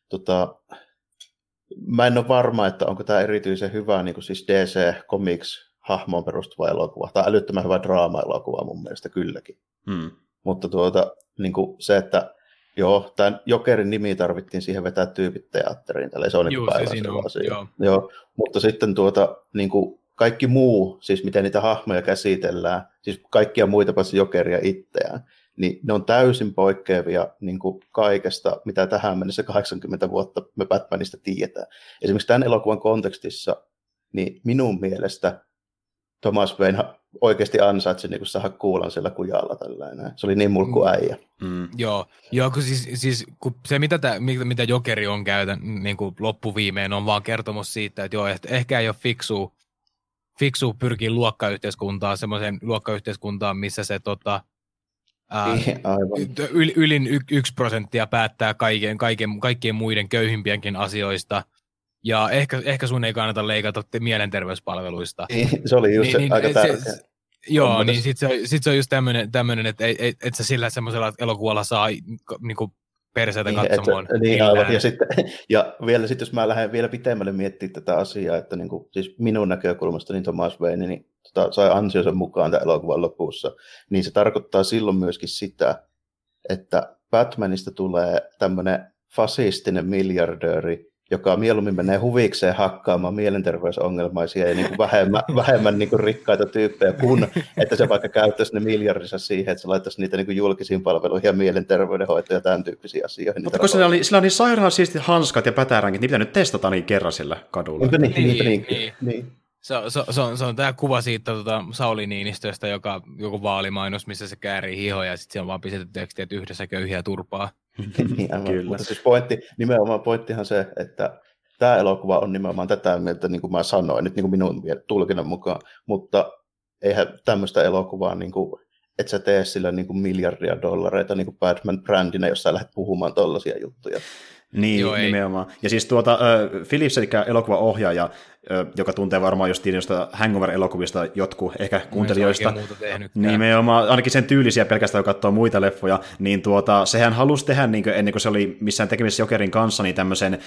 mä en ole varma, että onko tämä erityisen hyvä niin kuin siis DC Comics hahmoon perustuva elokuva. Tämä on älyttömän hyvä draama-elokuva mun mielestä kylläkin. Mutta niin kuin se, että Joo, tämän Jokerin nimi tarvittiin siihen vetää tyypit teatteriin, tällä se on niin päivänselvä asia. Joo. Mutta sitten niin kuin kaikki muu, siis miten niitä hahmoja käsitellään, siis kaikkia muita paitsi Jokeria itseään, niin ne on täysin poikkeavia niin kuin kaikesta, mitä tähän mennessä 80 vuotta me Batmanista tiedetään. Esimerkiksi tämän elokuvan kontekstissa, niin minun mielestä Thomas Wayne oikeasti ansaitsi niin saada kuulan siellä kujalla tällainen. Se oli niin mulkku äijä. Joo, kun siis kun se mitä Jokeri on niin kuin loppuviimein on vaan kertomus siitä, että joo, että ehkä ei ole fiksu pyrkii luokkayhteiskuntaan, semmoiseen luokkayhteiskuntaan, missä se ylin 1% päättää kaikkien muiden köyhimpienkin asioista. Ja ehkä sun ei kannata leikata mielenterveyspalveluista. Se oli just aika tärkeä. Joo, niin sit se on just tämmönen että et sä sillä semmoisella elokuvalla saa niinku perseitä katsomaan. Niin aivan. Ja vielä sitten, jos mä lähden vielä pitemmälle miettimään tätä asiaa, että niinku, siis minun näkökulmasta niin Thomas Wayne niin, sai ansionsa mukaan tämän elokuvan lopussa, niin se tarkoittaa silloin myöskin sitä, että Batmanista tulee tämmöinen fasistinen miljardööri, joka mieluummin menee huvikseen hakkaamaan mielenterveysongelmaisia ja niin kuin vähemmän niin kuin rikkaita tyyppejä, kun että se vaikka käyttäisi ne miljardinsa siihen, että se laittaisi niitä niin kuin julkisiin palveluihin ja mielenterveydenhoitoja ja tämän tyyppisiä asioihin. Mutta kun sillä on niin sairaan siistit hanskat ja pätäränkit, niin pitää nyt testata niin kerran sillä kadulla. Niin. Se on tämä kuva siitä Sauli Niinistöstä, joku vaalimainos, missä se käärii hihoja ja sitten siellä on vaan pistetty tekstiä, että yhdessä köyhiä turpaa. Kyllä. Mutta siis pointtihan se, että tämä elokuva on nimenomaan tätä mieltä, niin kuin mä sanoin, nyt niin kuin minun tulkinnan mukaan, mutta eihän tämmöistä elokuvaa, niin kuin, et sä tee sillä niin kuin miljardia dollareita niin kuin Batman-brändinä, jos sä lähdet puhumaan tollaisia juttuja. Niin, joo, nimenomaan. Ja siis Phillips, eli elokuvaohjaaja, joka tuntee varmaan just niistä Hangover-elokuvista jotkut ehkä kuuntelijoista. Nimenomaan, ainakin sen tyylisiä pelkästään, kun katsoo muita leffoja, niin sehän halusi tehdä, niin ennen kuin se oli missään tekemisessä Jokerin kanssa, niin tämmöisen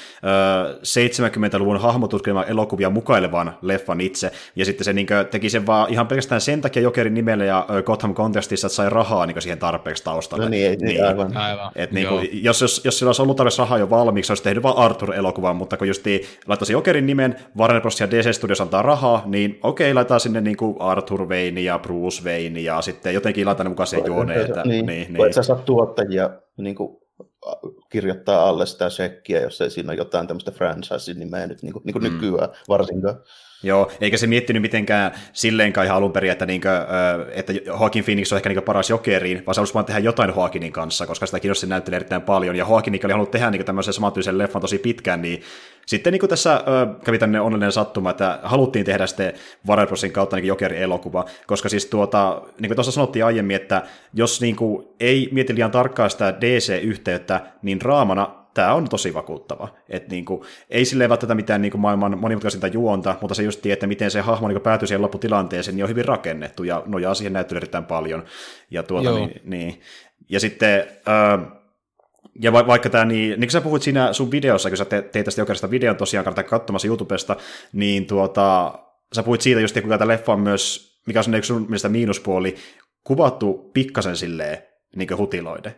70-luvun hahmotuskelman elokuvia mukailevan leffan itse, ja sitten se niin teki sen vaan ihan pelkästään sen takia Jokerin nimellä ja Gotham kontekstissa, että sai rahaa niin siihen tarpeeksi taustalle. No niin, aivan. Et, niin kuin, jos sillä olisi ollut tarpeeksi rahaa jo valmiiksi, olisi tehnyt vaan Arthur-elokuvan, mutta kun justiin laittaisi Jokerin nimen, Warner Bros. Ja DC Studios antaa rahaa, niin okei, laitetaan sinne niin kuin Arthur Wayne ja Bruce Wayne ja sitten jotenkin laitetaan ne mukaan siihen juoneen. Niin. Et sä saa tuottajia niin kuin kirjoittaa alle sitä shekkiä, jos ei siinä ole jotain tämmöistä franchise-nimeä nyt niin kuin nykyään varsinkaan. Joo, eikä se miettinyt mitenkään silleenkaan ihan alun perin, että Joaquin Phoenix on ehkä paras Jokeriin, vaan se halusi vaan tehdä jotain Joaquinin kanssa, koska sitä kiinnosti näyttelee erittäin paljon, ja Joaquin oli halunnut tehdä tämmöisen samantyisen leffan tosi pitkään, niin sitten niin kuin tässä kävi tänne onnellinen sattuma, että haluttiin tehdä sitten Warner Brosin kautta Jokerin elokuva, koska siis niin kuin tuossa sanottiin aiemmin, että jos niin kuin ei mieti liian tarkkaan sitä DC-yhteyttä, niin draamana tämä on tosi vakuuttava. Että niinku, ei silleen välttämättä mitään niinku maailman monimutkaisinta juonta, mutta se just että miten se hahmo niinku päätyy siihen lopputilanteeseen, niin on hyvin rakennettu ja nojaa siihen näyttelyyn erittäin paljon. Ja, niin. Ja sitten, ja vaikka tämä, niin kuin sä puhuit siinä sun videossa, kun sä teit tästä Jokerista videon tosiaan kannattaa katsomassa YouTubesta, niin sä puhuit siitä just, kuinka tämä leffa on myös, mikä on sun mielestä miinuspuoli, kuvattu pikkasen silleen niin kuin hutiloiden.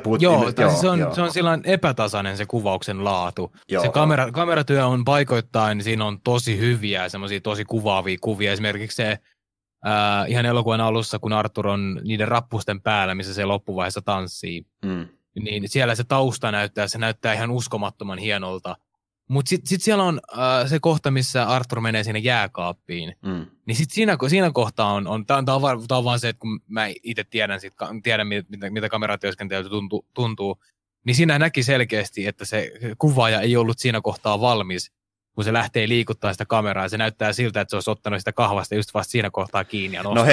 Se on silloin epätasainen se kuvauksen laatu. Joo, se kameratyö on paikoittain, siinä on tosi hyviä, semmoisia tosi kuvaavia kuvia. Esimerkiksi se ihan elokuvan alussa, kun Arthur on niiden rappusten päällä, missä se loppuvaiheessa tanssii, niin siellä se tausta näyttää ihan uskomattoman hienolta. Mutta sitten siellä on se kohta, missä Arthur menee sinne jääkaappiin. Niin sitten siinä kohtaa tämä on vaan se, että kun mä itse tiedän mitä kameratyöskentely tuntuu, niin siinä näki selkeästi, että se kuvaaja ei ollut siinä kohtaa valmis, kun se lähtee liikuttaa sitä kameraa, ja se näyttää siltä, että se olisi ottanut sitä kahvasta just vasta siinä kohtaa kiinni ja nostanut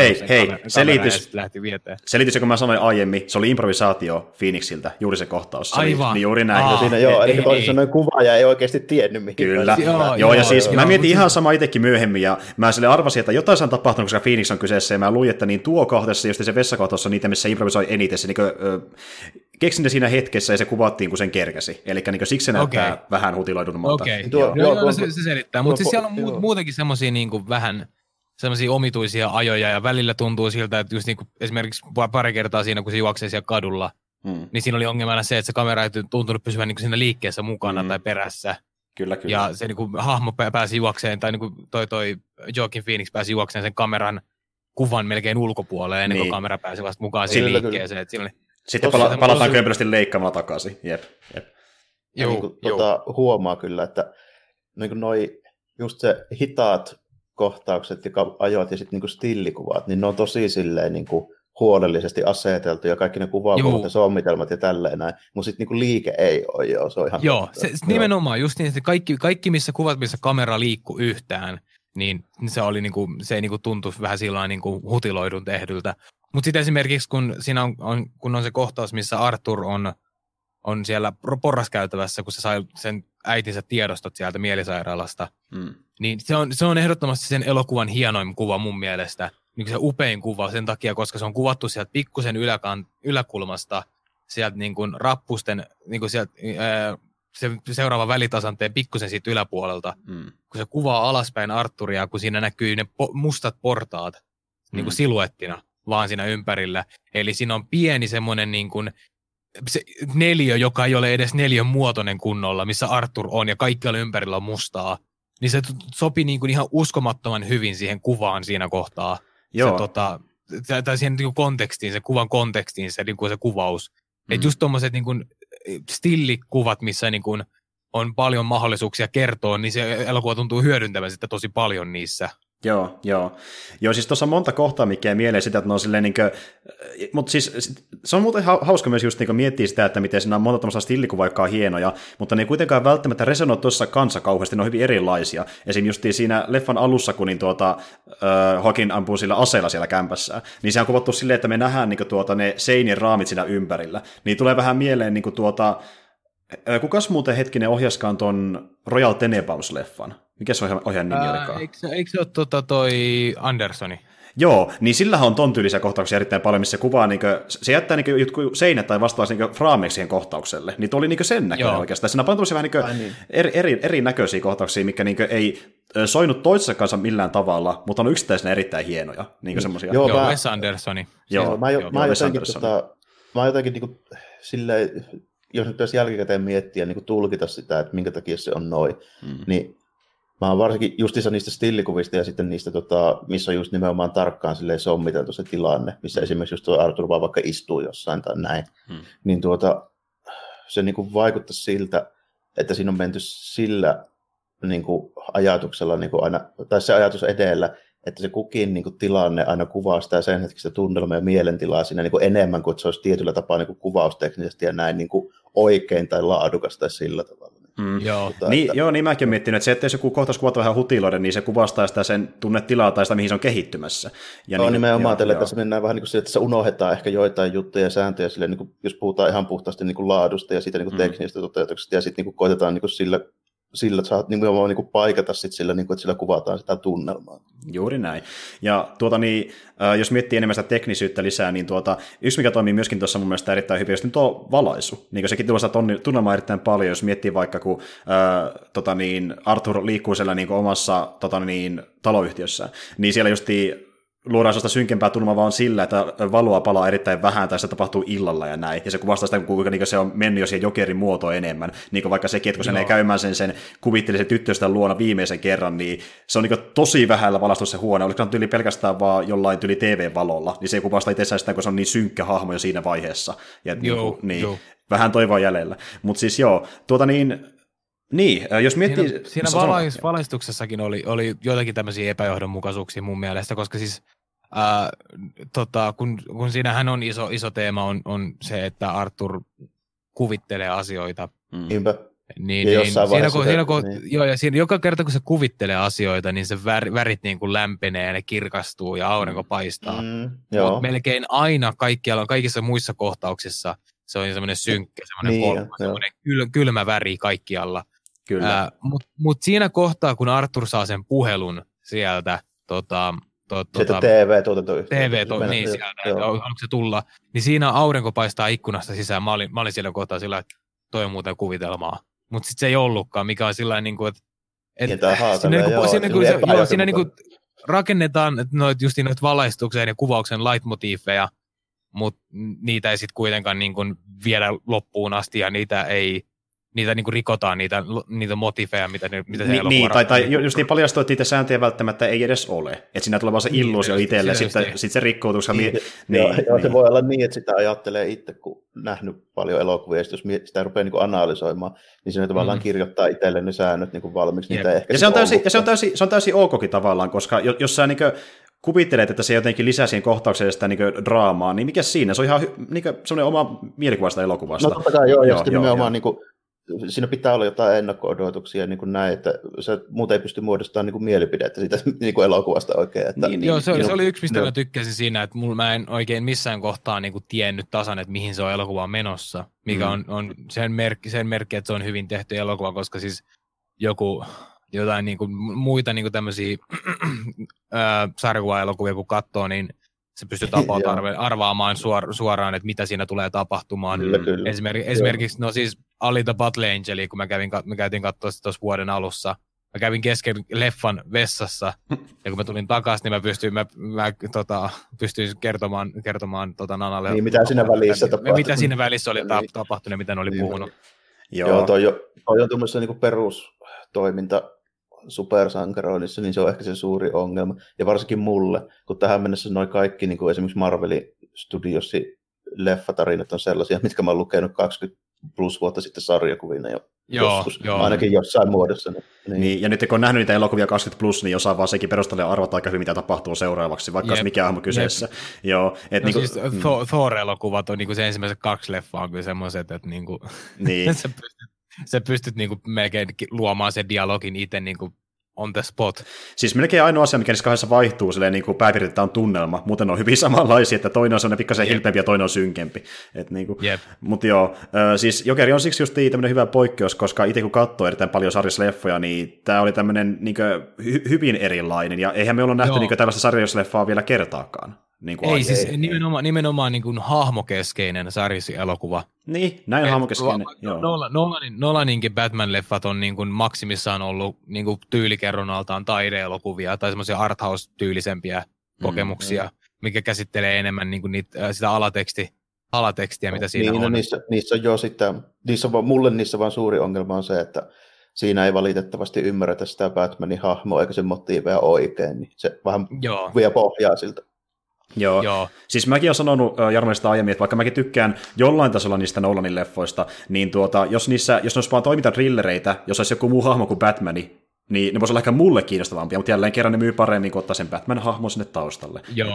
selitys, kun mä sanoin aiemmin, se oli improvisaatio Phoenixiltä, juuri se kohtaus. Aivan. Niin juuri näin. Eli toisin sanoen kuvaaja ei oikeasti tiennyt mihin. Kyllä. Ja siis mä mietin ihan sama itsekin myöhemmin, ja mä sille arvasin, että jotain on tapahtunut, koska Phoenix on kyseessä, ja mä luin, että niin tuo kohdassa, just se vessakohtaus on niitä, missä improvisoi eniten, se keksin ne siinä hetkessä, ja se kuvattiin, kun sen kerkäsi. Eli siksi se näyttää vähän hutiloidummalta. Se selittää, mutta siis siellä on muutenkin semmoisia niin vähän semmoisia omituisia ajoja, ja välillä tuntuu siltä, että just niin kuin esimerkiksi pari kertaa siinä, kun se juoksee siellä kadulla, niin siinä oli ongelmana se, että se kamera ei tuntunut pysyvän niin siinä liikkeessä mukana tai perässä. Kyllä. Ja se niin kuin, hahmo pääsi juokseen, tai niin kuin toi Joaquin Phoenix pääsi juokseen sen kameran kuvan melkein ulkopuolelle, ennen kuin kamera pääsi vasta mukaan siihen liikkeeseen. Sitten palataan kömpelösti leikkaamalla takaisin. Jep. Huomaa kyllä, että niin noi, just se hitaat kohtaukset ja ajot ja sitten niin stillikuvat, niin ne on tosi silleen niin huolellisesti aseteltu ja kaikki ne kuvakulmat ja sommitelmat ja tälleen näin, mutta sitten niin liike ei ole, se on ihan... Joo, nimenomaan just niin, että kaikki missä kuvat, missä kamera liikkuu yhtään, niin se oli niinku, se ei niinku tuntui vähän silloin niinku hutiloidun tehdyltä. Mutta sitten esimerkiksi kun on se kohtaus, missä Arthur on siellä porraskäytävässä, kun se sai sen äitinsä tiedostot sieltä mielisairaalasta, niin se on ehdottomasti sen elokuvan hienoin kuva mun mielestä. Niin se upein kuva sen takia, koska se on kuvattu sieltä pikkusen yläkulmasta, sieltä niin kuin rappusten, niin kuin sieltä, se seuraava välitasanteen pikkusen siitä yläpuolelta, kun se kuvaa alaspäin Arthuria, kun siinä näkyy ne mustat portaat niin kuin siluettina vaan siinä ympärillä. Eli siinä on pieni semmoinen niin kuin se neliö, joka ei ole edes neliön muotoinen kunnolla, missä Arthur on ja kaikkialla ympärillä on mustaa. Niin se sopi niin kuin ihan uskomattoman hyvin siihen kuvaan siinä kohtaa. Joo. Tai siihen niin kuin kontekstiin, se kuvan kontekstiin, se, niin kuin se kuvaus. Että just tommoset niin kuin stillikuvat, missä niin kuin on paljon mahdollisuuksia kertoa, niin se elokuva tuntuu hyödyntävän sitä tosi paljon niissä. Joo, siis tuossa on monta kohtaa, mikä ei mieleen sitä, että ne on silleen niin kuin, mutta siis se on muuten hauska myös just niin miettiä sitä, että miten siinä on monta tämmöistä stillikuvaa, jotka on hienoja, mutta ne ei kuitenkaan välttämättä resonoi tuossa kanssa kauheasti, ne on hyvin erilaisia. Esim. just siinä leffan alussa, kun niin Joaquin ampuu sillä aseella siellä kämpässä, niin se on kuvattu silleen, että me nähdään niin ne seinien raamit siinä ympärillä. Niin tulee vähän mieleen niin kukas muuten hetkinen ohjaskaan ton Royal Tenenbaums-leffan? Mikä se ohjaajan nimi olikaan? Eikö se ole toi Andersoni? Joo, niin sillähän on ton tyylisiä kohtauksia erittäin paljon, missä kuvaa, se jättää jotkut seinät tai vastaavasti fraameiksi siihen kohtaukselle. Niin tuo oli sen näköinen oikeastaan. Siinä on paljon vähän erinäköisiä kohtauksia, mikä ei soinut toisessa kanssa millään tavalla, mutta on yksittäisenä erittäin hienoja. Semmosia. Joo, Wes Andersoni. Mä jotenkin silleen, jos nyt pitäisi jälkikäteen miettiä, niin tulkita sitä, että minkä takia se on noin, niin mä oon varsinkin justiinsa niistä stillikuvista ja sitten niistä, missä on just nimenomaan tarkkaan silleen sommiteltu se tilanne, missä esimerkiksi just tuo Arthur vaan vaikka istuu jossain tai näin, niin se niin kuin vaikuttaisi siltä, että siinä on menty sillä niin kuin ajatuksella niin kuin aina, tai se ajatus edellä, että se kukin niin kuin tilanne aina kuvaa sitä sen hetkistä tunnelmaa ja mielentilaa siinä niin kuin enemmän kuin se olisi tietyllä tapaa niin kuin kuvausteknisesti ja näin niin kuin oikein tai laadukas tai sillä tavalla. Niin mäkin olen miettinyt, että se, että jos joku kohtaus kuvata vähän hutiloiden, niin se kuvastaa sitä sen tunnetilaa tai sitä, mihin se on kehittymässä. Ja nimenomaan ajatellen, että se mennään vähän niin kuin sille, että se unohdetaan ehkä joitain juttuja ja sääntöjä, sille, niin kuin, jos puhutaan ihan puhtaasti niin kuin laadusta ja siitä niin kuin teknisestä toteutuksesta, ja sitten niin koitetaan niin kuin sillä että saat nimenomaan niin kuin paikata sit sillä, niin kuin, että sillä kuvataan sitä tunnelmaa. Juuri näin. Ja jos miettii enemmän sitä teknisyyttä lisää, niin yksi mikä toimii myöskin tuossa mun mielestä erittäin hyvin, on tuo valaisu. Niin sekin tuossa tunnelmaa erittäin paljon, jos miettii vaikka, kun Arthur liikkuu siellä niin omassa taloyhtiössä, niin siellä justiin luodaan sellaista synkempää tunnelmaa vaan sillä, että valoa palaa erittäin vähän tai se tapahtuu illalla ja näin. Ja se kuvastaa sitä, kuinka se on mennyt jo siihen jokerin muotoon enemmän. Niin kuin vaikka sekin, että kun se menee käymään sen kuvitteellisen tyttöystävän luona viimeisen kerran, niin se on niin tosi vähällä valastu se huone. Oliko se tyyli pelkästään vaan jollain tyyli TV-valolla, niin se kuvastaa itsessään sitä, kun se on niin synkkä hahmo jo siinä vaiheessa. Ja vähän toivoa jäljellä. Mutta siis jos miettii... Siinä valaistuksessakin oli joitakin tämmöisiä epäjohdonmukaisuuksia mun mielestä, koska siis kun siinähän on iso teema on se, että Arthur kuvittelee asioita. Niin, siinä joka kerta kun se kuvittelee asioita, niin se värit niin kuin lämpenee ja ne kirkastuu ja aurinko paistaa. Mutta melkein aina kaikissa muissa kohtauksissa se on semmoinen synkkä, semmoinen kylmä väri kaikkialla. Mutta siinä kohtaa, kun Arthur saa sen puhelun sieltä TV-tuotantoyhtiö. Niin, sieltä, haluatko se tulla, niin siinä aurinko paistaa ikkunasta sisään. Mä olin siellä kohtaa sillä, että toi on muuten kuvitelmaa. Mutta sitten se ei ollutkaan, mikä on sillä niin kuin, että siinä niin kuin rakennetaan noita valaistuksen ja kuvauksen leitmotiiveja, mutta niitä ei sitten kuitenkaan niin kuin viedä loppuun asti, ja niitä niin kuin rikotaan, niitä motiveja, mitä se niin, tai just niin paljastuu, että niitä sääntöjä välttämättä ei edes ole. Että siinä tulee vaan se illuusio itselle, ja sitten se rikkoutuu. Joo, se voi olla niin, että sitä ajattelee itse, kun nähnyt paljon elokuvia, ja jos sitä rupeaa niin analysoimaan, niin siinä tavallaan kirjoittaa itselle ne säännöt niin valmiiksi. Ja se on täysin okkin tavallaan, koska jos sä kuvittelet, että se jotenkin lisää siihen kohtaukseen sitä draamaa, niin mikä siinä? Se on ihan semmoinen oma mielikuvasta elokuvasta. No totta kai joo, ja sitten nimenomaan siinä pitää olla jotain ennakko-odotuksia niin kuin näin, että se muuten ei pysty muodostamaan niin mielipidettä siitä niin kuin elokuvasta oikein. Että, joo, se oli yksi, mistä mä tykkäsin siinä, että mä en oikein missään kohtaa niin kuin tiennyt tasan, että mihin se on elokuva menossa, mikä on sen merkki, että se on hyvin tehty elokuva, koska siis jotain niin kuin muita niin kuin tämmöisiä sarjakuva-elokuvia kun katsoo, niin se pystyy arvaamaan suoraan, että mitä siinä tulee tapahtumaan. Kyllä. Esimerkiksi, no siis Alita Battle Angelia, kun me käytiin katsoa sitä tuossa vuoden alussa. Mä kävin kesken leffan vessassa, ja kun mä tulin takaisin, niin mä pystyin kertomaan Nanalle. Niin, mitä siinä välissä tapahtui. Mitä siinä välissä oli tapahtunut ja mitä ne oli puhunut. Joo, toi on tuommoista niin perustoiminta supersankaroinnissa, niin se on ehkä se suuri ongelma. Ja varsinkin mulle, kun tähän mennessä noi kaikki, niin kuin esimerkiksi Marvelin Studiossin leffatarinat on sellaisia, mitkä mä oon lukenut 20 plus vuotta sitten sarjakuvina joskus, ainakin jossain muodossa. Niin, ja nyt kun on nähnyt niitä elokuvia 20 plus, niin osaa vaan sekin perustella ja arvata aika hyvin, mitä tapahtuu seuraavaksi, vaikka olisi mikä hahmo kyseessä. Joo, siis Thor-elokuvat on niinku se ensimmäiset 2 leffaa on kyllä semmoiset, että niinku, sä pystyt niinku melkein luomaan sen dialogin itse niinku on the spot. Siis melkein ainoa asia, mikä niissä kahdessa vaihtuu, silleen niin kuin pääpiirteitä on tunnelma, muuten on hyvin samanlaisia, että toinen on sellainen pikkasen hilpeämpi ja toinen on synkempi. Mutta joo, siis Jokeri on siksi just tämmöinen hyvä poikkeus, koska itse kun katsoo erittäin paljon sarjasleffoja, niin tämä oli tämmöinen niin hyvin erilainen, ja eihän me olla nähty niin tällaista sarjasleffaa vielä kertaakaan. Ei, siis nimenomaan niin kuin hahmokeskeinen sarjaelokuva. Niin, näin hahmokeskeinen. Nolaninkin Batman-leffat on niin kuin maksimissaan ollut niin kuin tyylikerronnaltaan taideelokuvia tai semmoisia arthouse-tyylisempiä kokemuksia, mikä käsittelee enemmän niin kuin sitä alatekstiä, mitä siinä on. Niissä on jo sitten, mulle niissä vaan suuri ongelma on se, että siinä ei valitettavasti ymmärretä sitä Batmanin hahmoa eikä sen motiiveja oikein, niin se vähän vie pohjaa siltä. Joo. Siis mäkin olen sanonut Jarmoista aiemmin, että vaikka mäkin tykkään jollain tasolla niistä Nolanin leffoista, niin jos ne olisi vaan toimintatrillereitä, jos olisi joku muu hahmo kuin Batmani, niin ne voisi olla ehkä mulle kiinnostavampia, mutta jälleen kerran ne myy paremmin, kun ottaa sen Batman-hahmon sinne taustalle. Joo,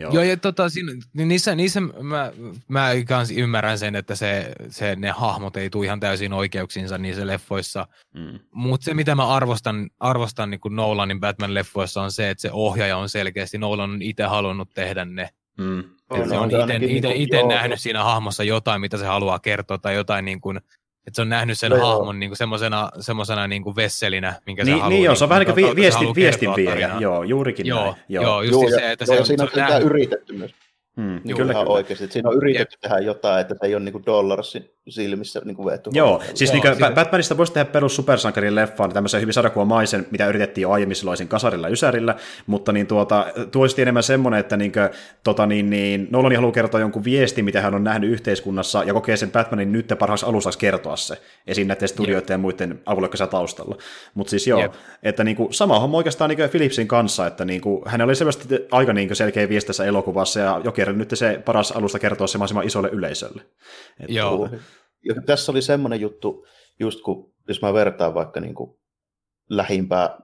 ja niissä mä kans ymmärrän sen, että ne hahmot ei tule ihan täysin oikeuksinsa niissä leffoissa. Mutta se, mitä mä arvostan niin kuin Nolanin Batman-leffoissa, on se, että se ohjaaja on selkeästi, Nolan on itse halunnut tehdä ne. Se on itse nähnyt siinä hahmossa jotain, mitä se haluaa kertoa, tai jotain niin kuin, että se on nähnyt sen hahmon niin semmoisena niin vesselinä, minkä se haluaa. Niin se on vähän niin kuin viestinviejä. Joo, juurikin näin. Joo, just se, että se on sitä yritetty myös. Kyllä. Ihan oikeasti. Siinä on yritetty tehdä jotain, että se ei ole niin dollarsin silmissä niin vettu. Joo, siis niin Batmanista voisi tehdä perus supersankarin leffaan, tämmöisen hyvin sarjakuvamaisen, mitä yritettiin jo aiemmin silloin kasarilla ja ysärillä, mutta niin tuosti enemmän semmoinen, että Nolan haluaa kertoa jonkun viestin, mitä hän on nähnyt yhteiskunnassa, ja kokee sen Batmanin nyt parhaaksi alustaksi kertoa se, esim. Näiden studioiden ja muiden avulla, jotka saa taustalla. Mutta siis että sama homma oikeastaan Philipsin kanssa, että hän oli selvästi aika selkeä viesti tässä elokuvassa, ja Joker nyt se paras alusta kertoa se mahdollisimman isolle yleisölle. Joo. Ja tässä oli semmoinen juttu, just kun, jos mä vertaan vaikka lähimpää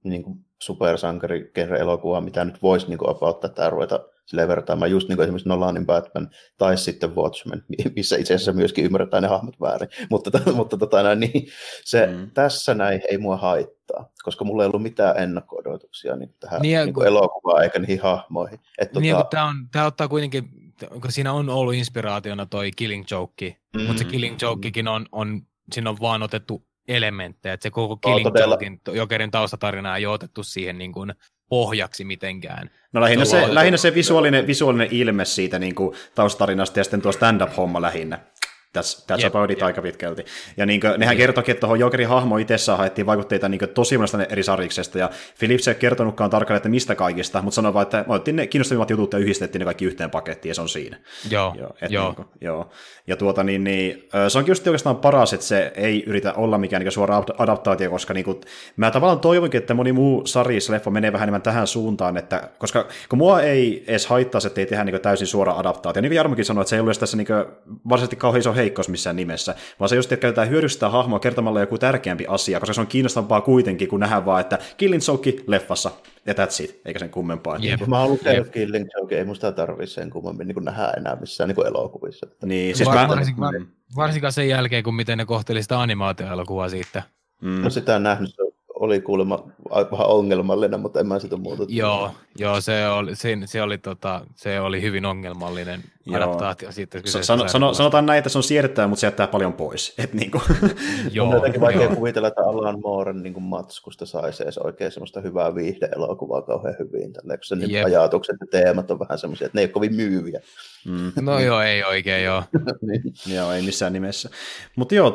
supersankari-genre-elokuvaa, mitä nyt voisi about tätä ruveta silleen vertaamaan, just esimerkiksi Nolanin Batman tai sitten Watchmen, missä itse asiassa myöskin ymmärretään ne hahmot väärin. Mutta niin, se tässä näin ei mua haittaa, koska mulla ei ollut mitään ennakko-odotuksia tähän elokuvaan eikä niihin hahmoihin. Tämä ottaa kuitenkin, kun siinä on ollut inspiraationa toi Killing Joke, mutta se Killing Jokekin siinä on vaan otettu elementtejä, että se koko Killing Jokerin taustatarina ei ole otettu siihen niin kuin pohjaksi mitenkään. No lähinnä se visuaalinen ilme siitä niin kuin taustarinasta ja sitten tuo stand-up-homma lähinnä. That's about it aika pitkälti. Ja niin kuin, nehän kertoikin, että tuohon Jokerin hahmo itsessään haettiin vaikutteita niin tosi monesta eri sarjiksesta, ja Philips ei kertonutkaan tarkalleen, että mistä kaikista, mutta sanoi vaan, että me otettiin ne kiinnostavimmat jutut ja yhdistettiin ne kaikki yhteen pakettiin, ja se on siinä. Joo. Ja se onkin just oikeastaan paras, että se ei yritä olla mikään niin suora adaptaatio, koska niin kuin, mä tavallaan toivonkin, että moni muu sarjis-leffa menee vähän enemmän tähän suuntaan, että, koska kun mua ei edes haittaa, että ei tehdä niin täysin suora adaptaatio, niin kuin Jarmokin sanoi, että se ei ollut tässä niin varsinaisesti kauhean iso heikkous missään nimessä, vaan se just, että käytetään hyödystä hahmoa kertomalla joku tärkeämpi asia, koska se on kiinnostavampaa kuitenkin, kun nähdään vaan, että Killing Joke leffassa, ja that's it, eikä sen kummempaa. Mä oon lukenut Killing Joke, ei musta tarvitse sen kummemmin niin nähdä enää missään niin elokuvissa. Niin, siis varsinkaan sen jälkeen, kun miten ne kohteli sitä animaatioelokuvaa siitä. No sitä on nähnyt, se oli kuulemma vähän ongelmallinen, mutta en mä sitä muuta. Joo, se oli hyvin ongelmallinen adaptaatio siitä. Sanotaan näin, että se on siedettävä, mutta se jättää paljon pois. Niinku. On jotenkin vaikea kuvitella, että Alan Mooren niin matskusta saisi edes oikein semmoista hyvää viihde-elokuvaa kauhean hyvin. Tällä, kun sen ajatukset ja teemat on vähän semmoisia, että ne ei ole kovin myyviä. No joo, ei oikein joo. Joo, ei missään nimessä. Mutta joo,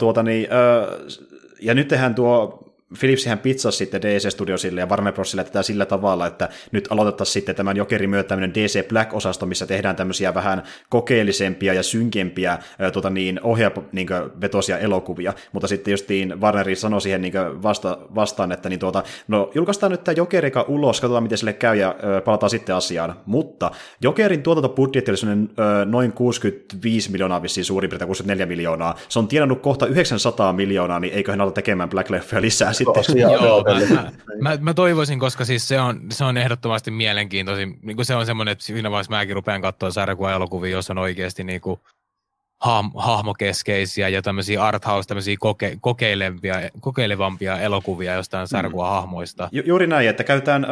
ja nyt tehdään Philipsihän pizzasi sitten DC Studiosille ja Warner Brosille tätä sillä tavalla, että nyt aloitettaisiin sitten tämän Jokerin myötä tämmöinen DC Black-osasto, missä tehdään tämmöisiä vähän kokeellisempia ja synkempiä ohjaavetosia elokuvia, mutta sitten justiin Warner sanoi siihen vastaan, että julkaistaan nyt tämä Jokerika ulos, katsotaan miten sille käy ja palataan sitten asiaan, mutta Jokerin tuotantobudjetti oli noin 65 miljoonaa vissiin suurin piirtein 64 miljoonaa, se on tienannut kohta 900 miljoonaa, niin eiköhän ala tekemään Black-leffoja lisää. Joo, mä toivoisin, koska siis se on ehdottomasti mielenkiintoisin. Niin se on semmoinen, että siinä vaiheessa mäkin rupean katsoa sarjakuva-elokuvia, jos on oikeasti niin kuin hahmokeskeisiä ja tämmöisiä arthouse, tämmöisiä kokeilevampia elokuvia jostain sarjakuva-hahmoista. Juuri näin, että käytetään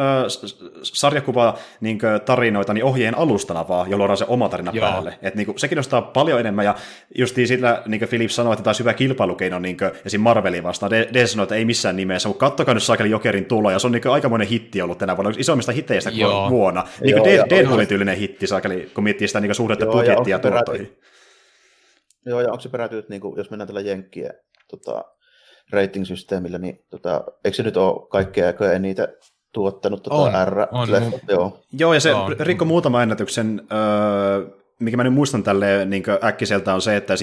sarjakuva-tarinoita niin ohjeen alustana vaan, jolloin on se oma tarina päälle. Et, se kiinnostaa paljon enemmän, ja justiin sillä niin Philips sanoi, että tämä olisi hyvä kilpailukeino esim. Marvelin vastaan. D sanoi, että ei missään nimessä, mutta kattokaa nyt saakeli Jokerin tulo, ja se on aikamoinen hitti ollut tänä vuonna, yksi isommista hitteistä vuonna. Deadpoolin tyylinen hitti saakeli, kun miettii sitä suhdetta budjettia ja tuottoihin. Joo, ja onko se perätynyt, niin jos mennään tällä Jenkkien rating-systeemillä, niin eikö se nyt ole kaikkea aikoja niitä tuottanut Joo, ja se rikko muutama ennätyksen, mikä mä nyt muistan tälleen äkkiseltä on se, että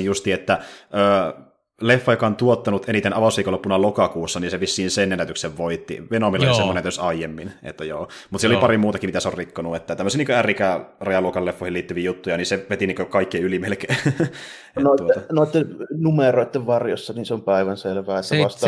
leffa, joka on tuottanut eniten avausviikonloppuna lokakuussa, niin se vissiin sen ennätyksen voitti. Venomilla oli semmoinen ennätys aiemmin. Mutta siellä oli pari muutakin, mitä se on rikkonut. Että tämmöisiä R-rajaluokan leffoihin liittyviä juttuja, niin se veti kaikkien yli melkein. Noiden numeroiden varjossa, niin se on päivänselvää.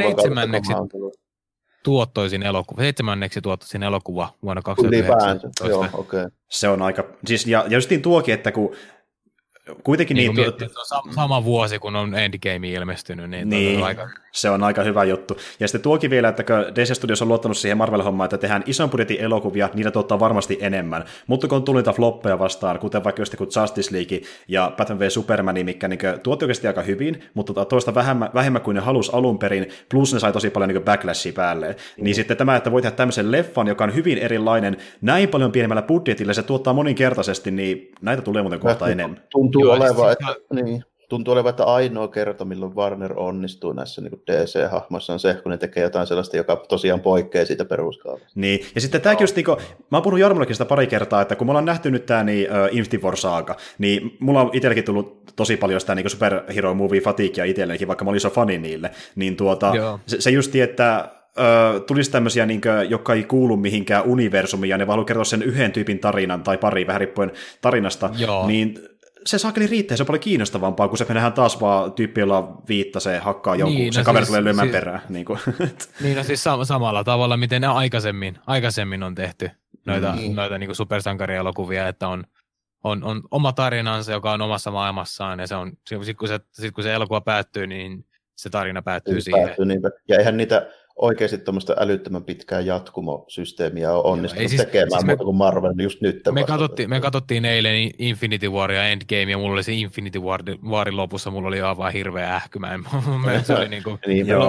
Seitsemänneksi tuottoisin elokuva vuonna 2019. Joo, okay. Se on aika... Siis, ja justiin tuokin, että kun kuitenkin on sama vuosi, kun on Endgame ilmestynyt, niin se on aika hyvä juttu. Ja sitten tuokin vielä, että DC Studios on luottanut siihen Marvel-hommaan, että tehdään ison budjetin elokuvia, niitä tuottaa varmasti enemmän. Mutta kun on tullut niitä floppeja vastaan, kuten vaikka just Justice League ja Batman v Superman, mikä tuotti oikeasti aika hyvin, mutta toista vähemmän kuin ne halusi alun perin, plus ne sai tosi paljon backlashia päälle. Niin sitten tämä, että voi tehdä tämmöisen leffan, joka on hyvin erilainen, näin paljon pienemmällä budjetilla, se tuottaa moninkertaisesti, niin näitä tulee muuten kohta enemmän. Tuntuu olevan, että ainoa kerta, milloin Warner onnistuu näissä DC-hahmoissa on se, kun ne tekee jotain sellaista, joka tosiaan poikkeaa siitä peruskaavasta. Niin, ja sitten tämäkin just, mä oon puhunut Jarmollekin sitä pari kertaa, että kun me ollaan nähty nyt tämä Infinity War -saaga, niin mulla on itselläkin tullut tosi paljon sitä superhero movie fatiguea itselleenkin, vaikka mä olin iso fani niille, niin se justi, että tulisi tämmöisiä, jotka ei kuulu mihinkään universumiin, ja ne vaan haluaa kertoa sen yhden tyypin tarinan, tai pari, vähän riippuen tarinasta, niin se saakeli riittää, se on paljon kiinnostavampaa, kun se nähdään taas vaan tyyppi, jolla se hakkaa jonkun, sen kaveri tulee lyömään perään. Niin siis samalla tavalla, miten ne aikaisemmin on tehty noita supersankarielokuvia, että on oma tarinansa, joka on omassa maailmassaan, ja sit kun se elokuva päättyy, niin se tarina päättyy siihen. Ja eihän niitä oikeasti tuommoista älyttömän pitkää jatkumosysteemiä on onnistunut tekemään muuta kuin Marvel just nyt. Me katsottiin eilen Infinity War ja Endgame, ja mulla oli se Infinity Warin lopussa, mulla oli aivan hirveä ähkymä. Se oli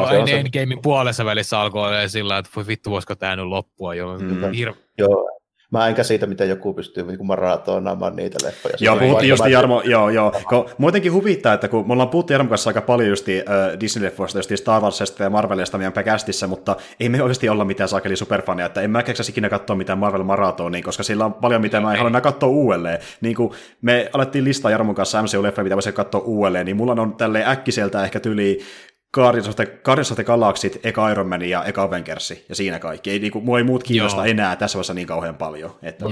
Endgamein puolessa välissä alkoi olla sillä, että voi vittu, voisiko tämä nyt loppua jo. Joo. Mä en käsitä, miten joku pystyy maratonaamaan niitä leffoja. Joo, puhuttiin just Jarmo, joo. Muutenkin huvittaa, että kun me ollaan puhuttu Jarmon kanssa aika paljon just Disney-leffoista, just Star Warsista ja Marvelista meidän kästissä, mutta ei me oikeasti olla mitään sakeli superfaneja, että en mä keksiä ikinä katsoa mitään Marvel-maratonia, koska sillä on paljon, mitä mä en halua katsoa uudelleen. Niin kuin me alettiin listaa Jarmon kanssa MCU-leffoja, mitä voisi katsoa uudelleen, niin mulla on tälleen äkkiseltä ehkä tyli Guardians of the Galaxy, eka Iron Man ja eka Avengers, ja siinä kaikki. Mua ei muut kiinnosta enää tässä vaiheessa niin kauhean paljon. Että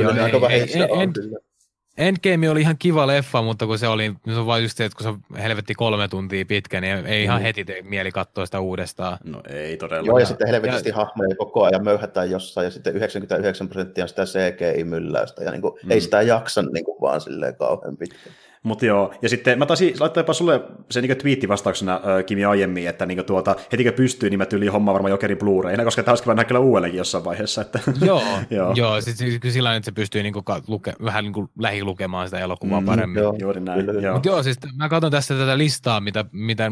Endgame oli ihan kiva leffa, mutta kun se on vain just se, että kun se on helvetti 3 tuntia pitkä, niin ei ihan heti tee mieli katsoa sitä uudestaan. No ei todellakaan. Joo, ja sitten helvetisti hahmoja koko ajan möyhätään jossain, ja sitten 99% on sitä CGI-mylläystä, ja niin kuin, ei sitä jaksa niin kuin, vaan silleen kauhean pitkään. Mutta joo, ja sitten mä taisin laittaa jopa sulle se niin twiitti-vastauksena, Kimi, aiemmin, että niin heti kun pystyy, niin mä tyyliin hommaa varmaan Jokerin Blu-rayna, koska tämä olisi kiva nähdä uudelleenkin jossain vaiheessa. Että joo, sitten sillä että se pystyy niin vähän niin lähilukemaan sitä elokuvaa paremmin. Joo, juuri näin. Mutta joo, siis mä katson tässä tätä listaa, mitä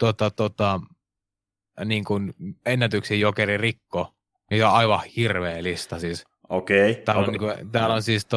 niin kuin ennätyksiä Jokeri rikko, niin on aivan hirveä lista siis. Okei. Täällä on siis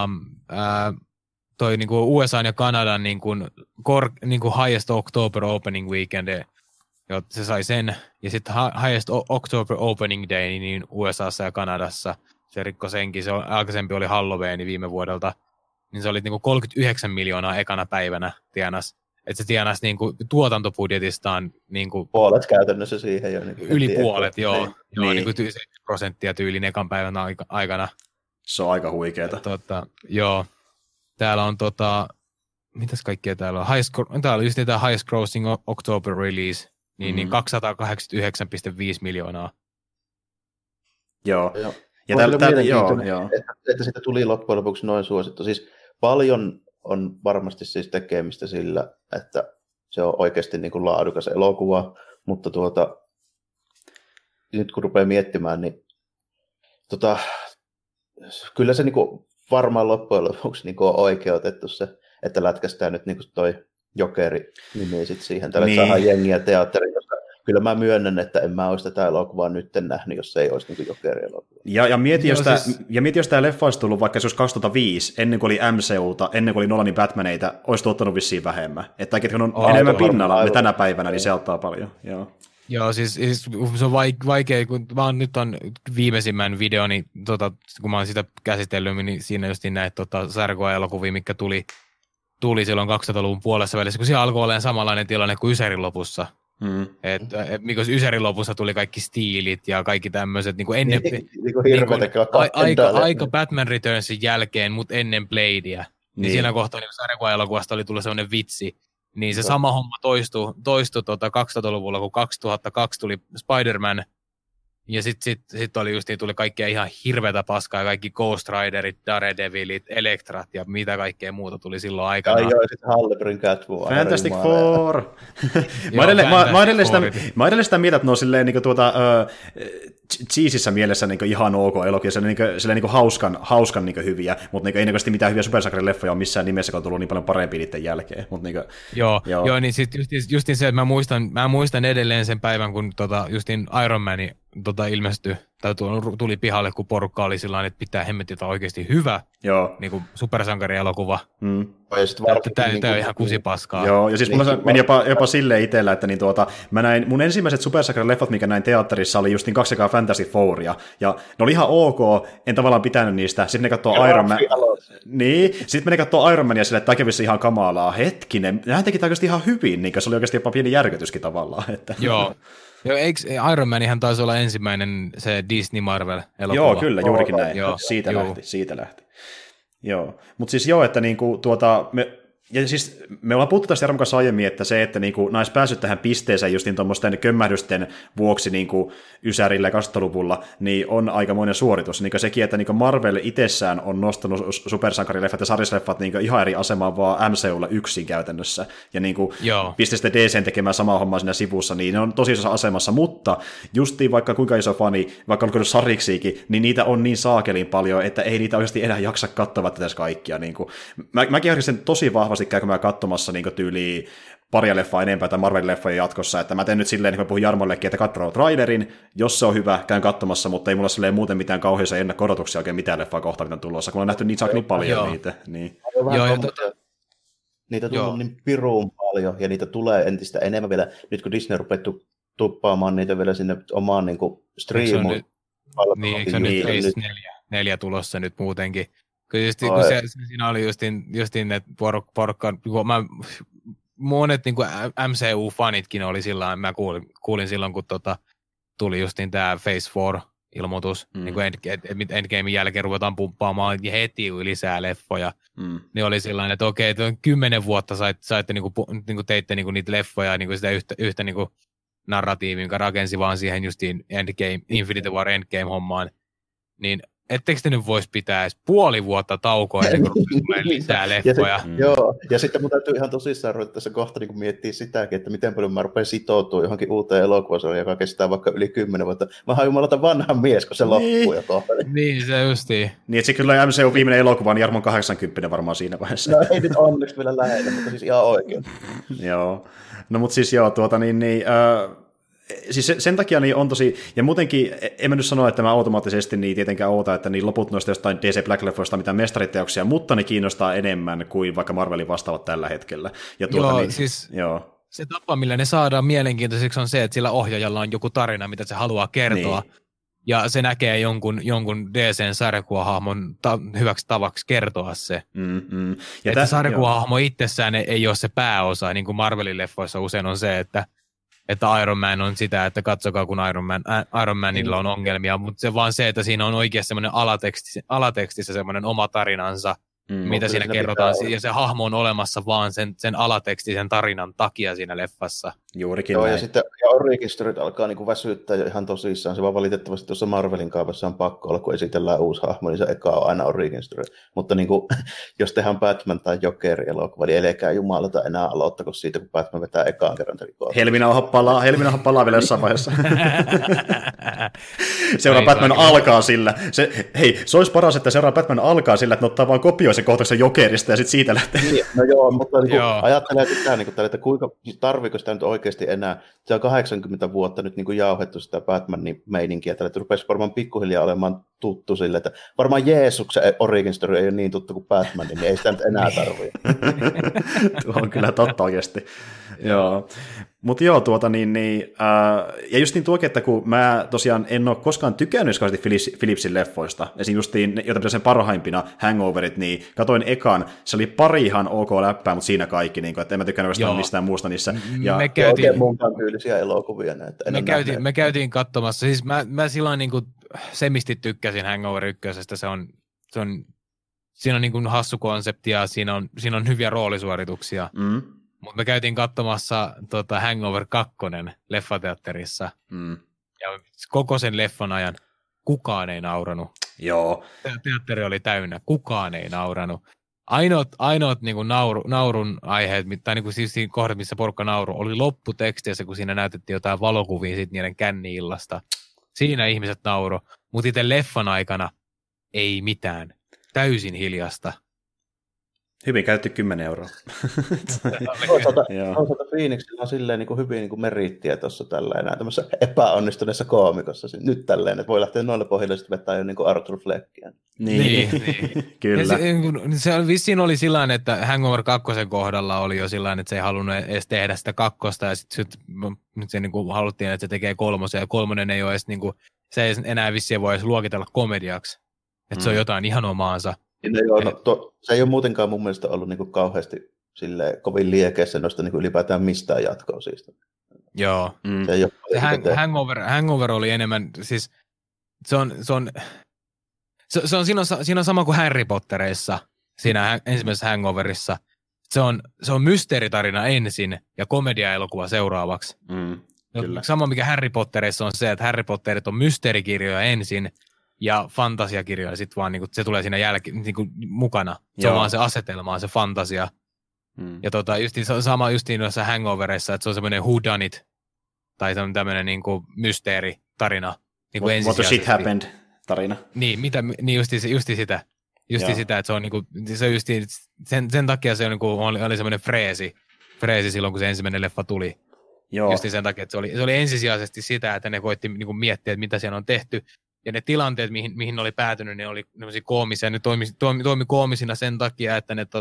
toi niinku USA ja Kanadan niinku highest October opening weekend, se sai sen, ja sitten highest October opening day niin USAssa ja Kanadassa, se rikko senkin, se aikaisempi oli Halloween viime vuodelta, niin se oli niinku 39 miljoonaa ekana päivänä tienas, että se tienas niinku tuotantobudjetistaan niinku puolet käytännössä siihen jo. Niin yli puolet, joo, niinku 70% tyyliin ekan päivän aikana. Se on aika huikeeta. Joo. Täällä on mitäs kaikkea täällä on? Täällä on just tämä highest grossing October release, niin 289,5 miljoonaa. Joo. Ja että siitä tuli loppujen lopuksi noin suosittu. Siis paljon on varmasti siis tekemistä sillä, että se on oikeasti niin kuin laadukas elokuva, mutta nyt kun rupeaa miettimään, niin kyllä se niin kuin varmaan loppujen lopuksi niin on oikeutettu se, että lätkästään nyt niin toi Jokeri-nimi sitten siihen. Tällä saadaan jengiä teatteriin, koska kyllä mä myönnän, että en mä olisi tätä elokuvaa nyt nähnyt, jos se ei olisi niin Jokeri-elokuva. Ja mieti, jos tämä leffa olisi tullut vaikka se olisi 2005, ennen kuin oli MCUta, ennen kuin oli Nolanin Batmaneita, olisi tuottanut vissiin vähemmän. Että kun on enemmän pinnalla tänä päivänä, niin se auttaa paljon. Joo, siis se on vaikea, kun mä nyt on viimeisimmän videoni, kun mä oon sitä käsitellyt, niin siinä just näitä sarjakuva-elokuvia, mitkä tuli silloin 2000-luvun puolessa välissä, kun siellä alkoi olemaan samanlainen tilanne kuin Ysärin lopussa. Mikä Ysärin lopussa tuli kaikki stiilit ja kaikki tämmöiset niin ennen aika Batman Returnsin jälkeen, mutta ennen Bladea. Niin siinä kohtaa niin sarjakuva-elokuvasta oli tullut sellainen vitsi. Niin se sama homma toistui 2000-luvulla, kun 2002 tuli Spider-Man, ja sitten oli just niin, tuli kaikkea ihan hirveätä paskaa, kaikki Ghost Riderit, Daredevilit, Elektrat ja mitä kaikkea muuta tuli silloin aikana. Joo, sitten Hallebergin Catwoman. Fantastic Four! Mä edelleen sitä mieltä, että ne on silleen niin cheesissä mielessä niin ihan ok elokuvia, silleen niin hauskan niin hyviä, mutta niin ei näköisesti mitään hyviä supersankarileffoja ole missään nimessä, kun on tullut niin paljon parempia niiden jälkeen. Mutta joo, niin sitten justiin se, että mä muistan edelleen sen päivän, kun justiin Iron Man ilmestyi, tai tuli pihalle, kun porukka oli sillain, että pitää hemmetiltä oikeasti hyvä niin kuin supersankarielokuva. Tämä on ihan kusipaskaa. Joo, ja siis mulla meni jopa silleen itsellä, että mä näin, mun ensimmäiset supersankarileffat, mikä näin teatterissa, oli just 2 Fantastic Fouria, ja ne oli ihan ok, en tavallaan pitänyt niistä. Sitten ne katsoo Iron Man. Niin, sitten meni katsoo Iron Mania sille, että takevissa ihan kamalaa. Hetkinen, nehän teki oikeasti ihan hyvin, niin se oli oikeasti jopa pieni järkytyskin tavallaan. Että. Joo, eikö Iron Manihan taisi olla ensimmäinen se Disney Marvel-elokuva? Joo, kyllä, juurikin näin. Siitä lähti. Joo, mutta siis että me ollaan puhuttu tästä Jarmon kanssa aiemmin, että se, että nais päässyt tähän pisteeseen justiin tuommoisten kömmähdysten vuoksi Ysärillä ja 2000-luvulla, niin on aikamoinen suoritus. Sekin, että Marvel itsessään on nostanut supersankarileffat ja sarjasleffat ihan eri asemaan vaan MCUlla yksin käytännössä. Ja piste sitten DCn tekemään samaa hommaa siinä sivussa, niin ne on tosi isossa asemassa, mutta justiin vaikka kuinka iso fani, vaikka on kyllä sarjiksiikin, niin niitä on niin saakelin paljon, että ei niitä oikeasti enää jaksa katsoa tätä kaikkia. Mäkin harkitsen tosi vahvasti käykö mä katsomassa tyyliin paria leffaa enempää tai Marvelin leffoja jatkossa, että mä teen nyt silleen, niin kuin mä puhun Jarmollekin, että katsotaan trailerin, jos se on hyvä, käyn katsomassa, mutta ei mulla silleen muuten mitään kauheisia ennakko-odotuksia oikein mitään leffaa kohtaan, mitä on tulossa, kun on nähty niin paljon niitä. Niin. Niitä tulee niin piruun paljon, ja niitä tulee entistä enemmän vielä, nyt kun Disney rupeaa tuppaamaan niitä vielä sinne omaan niin striimuun. Niin, eikö se on nyt Phase 4 tulossa nyt muutenkin? Kun siinä oli justiin ne porukka, monet niin MCU-fanitkin oli sillä mä kuulin silloin, kun tuli justiin tämä Phase 4-ilmoitus, niin kuin Endgamein jälkeen ruvetaan pumppaamaan heti lisää leffoja, niin oli sillainen, että okei, 10 vuotta saitte niinku teitte niinku niitä leffoja, niinku sitä yhtä niinku narratiivia, joka rakensi vaan siihen justiin Infinity War Endgame-hommaan, niin etteikö te nyt voisi pitää edes puoli vuotta taukoa ennen kuin tulee lisää leffoja? Joo, ja sitten mun täytyy ihan tosissaan ruveta tässä kohta niin miettiä sitäkin, että miten paljon mä rupean sitoutumaan johonkin uuteen elokuvaan, joka kestää vaikka yli 10 vuotta. Mä haluan jumalata vanha mies, kun se loppuu jo kohta. Niin, se justiin. Niin, että se kyllä MCU viimeinen elokuva, niin Jarmon 80 varmaan siinä vaiheessa. No ei nyt onneksi vielä lähellä, mutta siis ihan oikein. Joo, no mutta siis joo, siis sen takia niin on tosi, ja muutenkin en mä nyt sano, että mä automaattisesti niin tietenkään oota, että niin loput noista jostain DC Black Leffoista mitään mestariteoksia, mutta ne kiinnostaa enemmän kuin vaikka Marvelin vastaavat tällä hetkellä. Ja se tapa, millä ne saadaan mielenkiintoiseksi on se, että sillä ohjaajalla on joku tarina, mitä se haluaa kertoa, niin. Ja se näkee jonkun DCn sarjakuvahahmon hyväksi tavaksi kertoa se. Ja että sarjakuvahahmo itsessään ei ole se pääosa, niin kuin Marvelin leffoissa usein on se, että Iron Man on sitä, että katsokaa kun Iron Manilla on ongelmia, mutta se vaan se, että siinä on oikeasti semmoinen alatekstissä semmoinen oma tarinansa, mitä siinä kerrotaan, ja se hahmo on olemassa vaan sen alatekstisen tarinan takia siinä leffassa. Juurikin joo, näin. Ja sitten origin storyt alkaa niinku väsyttää jo ihan tosissaan, se vaan valitettavasti tuossa Marvelin kaupassa on pakko olla, kun esitellään uusi hahmo, niin se eka on aina origin story. Mutta niinku, jos tehdään Batman tai Joker-elokuva, niin älkää jumalata enää aloittako siitä, kun Batman vetää ekaan kerran. Helminauha palaa vielä jossain vaiheessa. Seuraava Batman alkaa sillä. Se olisi paras, että seuraava Batman alkaa sillä, että ne ottaa vaan kopioi sen kohtauksen Jokerista ja sitten siitä lähtee. Niin, no joo, mutta niin ajattelee sitä, niin että kuinka tarviiko sitä nyt oikeasti enää. Se on 80 vuotta nyt niin jauhettu sitä Batmanin meininkiä, että rupesi varmaan pikkuhiljaa olemaan tuttu sille, että varmaan Jeesuksen origin story ei ole niin tuttu kuin Batmanin, niin ei sitä nyt enää tarvitse. Tuo on kyllä totta oikeasti. Joo. Mutta joo, ja just niin tuokin, että kun mä tosiaan en ole koskaan tykännyt Phillipsin leffoista, esim. justiin, jota pitäisi sen parhaimpina Hangoverit, niin katoin ekan, se oli pari ihan ok läppää, mutta siinä kaikki, niin kun, että en mä tykännyt mistään muusta niissä. Ja me käytiin munkaan tyylisiä elokuvia. Me käytiin katsomassa, siis mä silloin niin kuin semisti tykkäsin Hangover 1:stä, siinä on niin kuin hassu konsepti ja siinä on hyviä roolisuorituksia. Mutta me käytiin katsomassa Hangover 2 leffateatterissa. Ja koko sen leffan ajan kukaan ei nauranut. Joo. Teatteri oli täynnä, kukaan ei nauranut. Ainoat niinku naurun aiheet, tai niinku siis siinä kohdat, missä porukka nauru, oli lopputekstissä, kun siinä näytettiin jotain valokuvia siitä niiden känni-illasta. Siinä ihmiset nauro, mutta itse leffan aikana ei mitään. Täysin hiljasta. Hyvin käytetty 10 euroa. Toisaalta Phoenixilla on silleen niin kuin hyvin niin kuin merittiä tuossa tälleen tämmöisessä epäonnistuneessa koomikossa. Nyt tälleen, että voi lähteä noille pohjille sitten vetää jo niin kuin Arthur Fleckia. Niin. Kyllä. Se vissiin oli sillain, että Hangover 2 kohdalla oli jo sillain, että se ei halunnut edes tehdä sitä kakkosta, ja sitten se niin kuin haluttiin, että se tekee kolmosen, ja kolmonen ei ole edes, niin kuin, se ei enää vissiin voi edes luokitella komediaksi. Että se on jotain ihan omaansa. Se ei ole muutenkaan mun mielestä ollut niin kuin kauheasti kovin liekeissä noista niin kuin ylipäätään mistään jatkoa siitä. Joo. Hangover oli enemmän, siis siinä on sama kuin Harry Potterissa, siinä ensimmäisessä Hangoverissa. Se on mysteeritarina ensin ja komediaelokuva seuraavaksi. Kyllä. Sama mikä Harry Potterissa on se, että Harry Potterit on mysteerikirjoja ensin ja fantasiakirjoja sitten vaan niinku, se tulee siinä niinku, mukana. Se on vaan se asetelma, se fantasia. Ja se on sama justiin noissa Hangovereissa, että se on semmoinen who done it, tai se on tämmöinen niinku mysteeritarina. Niinku what the shit happened tarina. Niin, justi sitä. Sitä, että se on niinku, se justiin, sen takia se on, niinku, oli semmoinen freesi silloin, kun se ensimmäinen leffa tuli. Joo. Just sen takia, että se oli ensisijaisesti sitä, että ne koitti niin kuin miettiä, että mitä siellä on tehty. Ja ne tilanteet, mihin ne oli päätynyt, ne oli koomisia. Ne toimi koomisina sen takia, että ne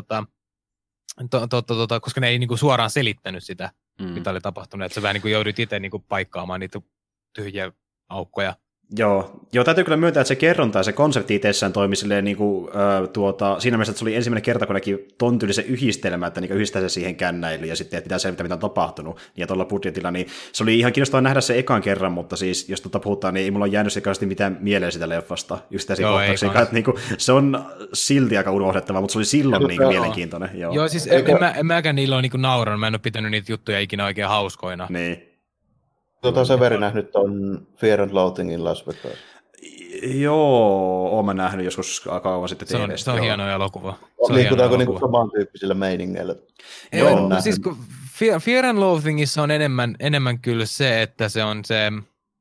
koska ne ei niin kuin suoraan selittänyt sitä, mitä oli tapahtunut. Että sä vähän niin kuin joudut itse niin kuin paikkaamaan niitä tyhjiä aukkoja. Joo, täytyy kyllä myöntää, että se kerronta ja se konsepti itsessään toimi silleen niin kuin, siinä mielessä, että se oli ensimmäinen kerta, kun näki ton tyylisen yhdistelmä, että niin yhdistää se siihen kännäilyyn ja sitten pitää selvittää, mitä on tapahtunut. Ja tuolla budjetilla, niin se oli ihan kiinnostavaa nähdä se ekan kerran, mutta siis jos puhutaan, niin ei mulla ole jäänyt sekaisesti mitään mieleen sitä leffasta yksittäisiä kohtauksia. Niin se on silti aika unohdettava, mutta se oli silloin niin mielenkiintoinen. Joo, siis en mäkään niillä ole niin nauranut, mä en ole pitänyt niitä juttuja ikinä oikein hauskoina. Niin. Severi nähnyt on Fear and Loathing in Las Vegas. Joo, oon mä nähnyt joskus kauan sitten TV:stä. Se on hieno elokuva. Liikutaanko niinku samantyyppisillä meiningeillä? Joo, siis kun Fear and Loathingissa on enemmän kyllä se, että se on se,